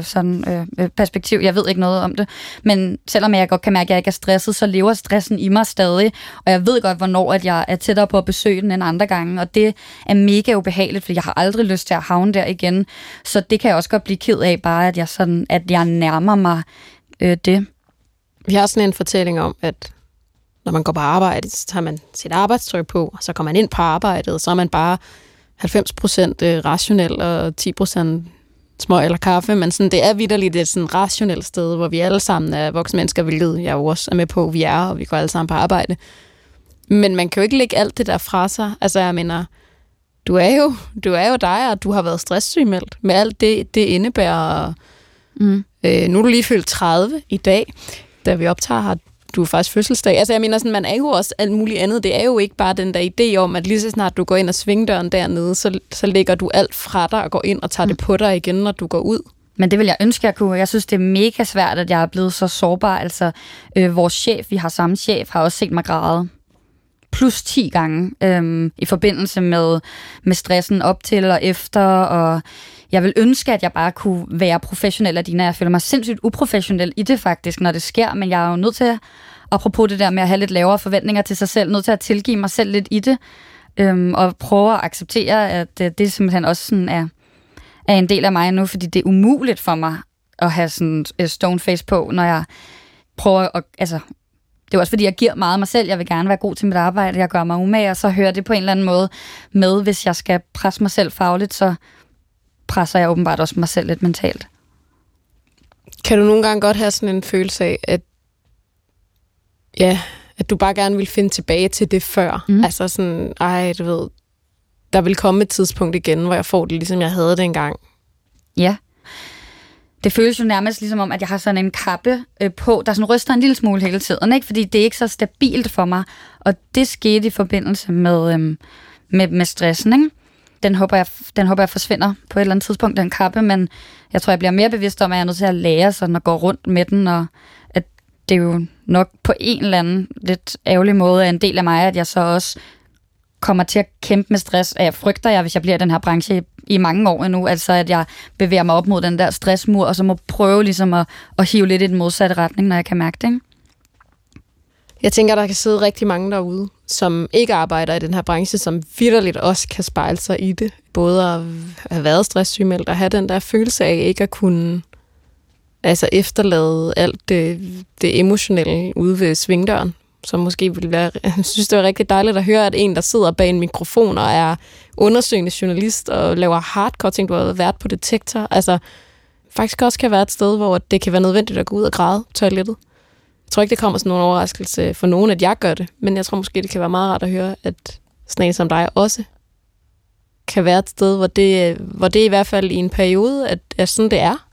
perspektiv, jeg ved ikke noget om det, men selvom jeg godt kan mærke, at jeg ikke er stresset, så lever stressen i mig stadig, og jeg ved godt, hvornår at jeg er tættere på at besøge den end andre gange, og det er mega ubehageligt, for jeg har aldrig lyst til at havne der igen, så det kan jeg også godt blive ked af, bare at jeg nærmer mig det. Vi har sådan en fortælling om, at når man går på arbejde, så tager man sit arbejdstøj på, og så kommer man ind på arbejdet, og så er man bare 90% rationel og 10% smøg eller kaffe, men sådan, det er vitterligt et sådan rationelt sted, hvor vi alle sammen er voksne mennesker, hvilket jeg jo også er med på, vi er, og vi går alle sammen på arbejde. Men man kan jo ikke lægge alt det der fra sig. Altså, jeg mener, du er jo dig, og du har været stresssygemeldt med alt det indebærer. Nu er du lige fyldt 30 i dag, da vi optager her. Du er faktisk fødselsdag. Altså jeg mener sådan, man er jo også alt muligt andet. Det er jo ikke bare den der idé om, at lige så snart du går ind og svingdøren dernede, så lægger du alt fra dig og går ind og tager det på dig igen, når du går ud. Men det vil jeg ønske, jeg kunne. Jeg synes, det er mega svært, at jeg er blevet så sårbar. Altså vores chef, vi har samme chef, har også set mig græde. Plus 10 gange i forbindelse med stressen op til og efter, og jeg vil ønske, at jeg bare kunne være professionel af Dina. Jeg føler mig sindssygt uprofessionel i det faktisk, når det sker, men jeg er jo nødt til, apropos det der med at have lidt lavere forventninger til sig selv, nødt til at tilgive mig selv lidt i det, og prøve at acceptere, at det simpelthen også sådan er en del af mig nu, fordi det er umuligt for mig at have sådan stoneface på, når jeg prøver at, altså, det er også fordi, jeg giver meget af mig selv. Jeg vil gerne være god til mit arbejde. Jeg gør mig umage, og så hører det på en eller anden måde med, hvis jeg skal presse mig selv fagligt, så presser jeg åbenbart også mig selv lidt mentalt. Kan du nogle gange godt have sådan en følelse af, at du bare gerne vil finde tilbage til det før? Altså sådan, du ved, der vil komme et tidspunkt igen, hvor jeg får det, ligesom jeg havde det engang. Ja. Det føles jo nærmest ligesom om, at jeg har sådan en kappe på, der sådan ryster en lille smule hele tiden, ikke? Fordi det er ikke så stabilt for mig. Og det skete i forbindelse med stressen, ikke? Den håber jeg forsvinder på et eller andet tidspunkt, den kappe, men jeg tror, jeg bliver mere bevidst om, at jeg er nødt til at lære sådan at gå rundt med den, og at det er jo nok på en eller anden lidt ærgerlig måde er en del af mig, at jeg så også kommer til at kæmpe med stress, at jeg frygter, hvis jeg bliver i den her branche i mange år endnu, altså at jeg bevæger mig op mod den der stressmur, og så må prøve ligesom at hive lidt i den modsatte retning, når jeg kan mærke det, ikke? Jeg tænker, der kan sidde rigtig mange derude, som ikke arbejder i den her branche, som vitterligt også kan spejle sig i det. Både at have været stresssygemeldt og have den der følelse af ikke at kunne efterlade alt det emotionelle ude ved svingdøren, som måske ville være... Jeg synes, det var rigtig dejligt at høre, at en, der sidder bag en mikrofon og er undersøgende journalist og laver hardcore ting, du har været på Detektor, faktisk også kan være et sted, hvor det kan være nødvendigt at gå ud og græde på toilettet. Jeg tror ikke, det kommer sådan nogen overraskelse for nogen, at jeg gør det, men jeg tror måske, det kan være meget rart at høre, at sådan en som dig også kan være et sted, hvor det i hvert fald i en periode, at sådan det er.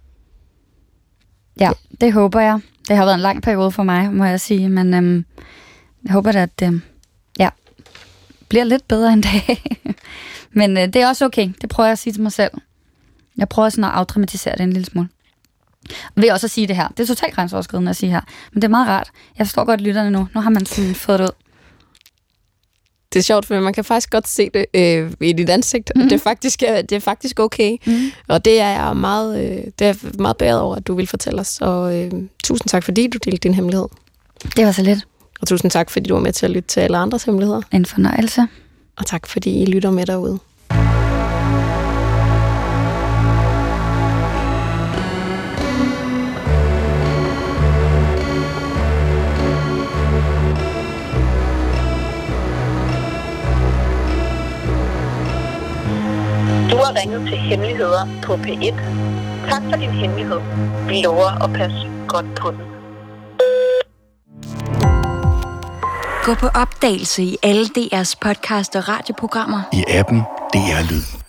Ja, det håber jeg. Det har været en lang periode for mig, må jeg sige, men jeg håber da, at det bliver lidt bedre en dag. Men det er også okay. Det prøver jeg at sige til mig selv. Jeg prøver sådan at afdramatisere det en lille smule. Og vil også at sige det her. Det er totalt grænseoverskridende at sige her. Men det er meget rart. Jeg forstår godt lytterne nu. Nu har man sådan fået det ud. Det er sjovt, for man kan faktisk godt se det i dit ansigt. Mm-hmm. Det er faktisk okay. Mm-hmm. Og det er jeg meget beæret over, at du vil fortælle os. Og tusind tak, fordi du delte din hemmelighed. Det var så lidt. Og tusind tak, fordi du var med til at lytte til alle andres hemmeligheder. En fornøjelse. Og tak, fordi I lytter med derude. Du har ringet til Hemmeligheder på P1. Tak for din hemmelighed. Vi lover at passe godt på den. Gå på opdagelse i alle DR's podcast og radioprogrammer. I appen DR Lyd.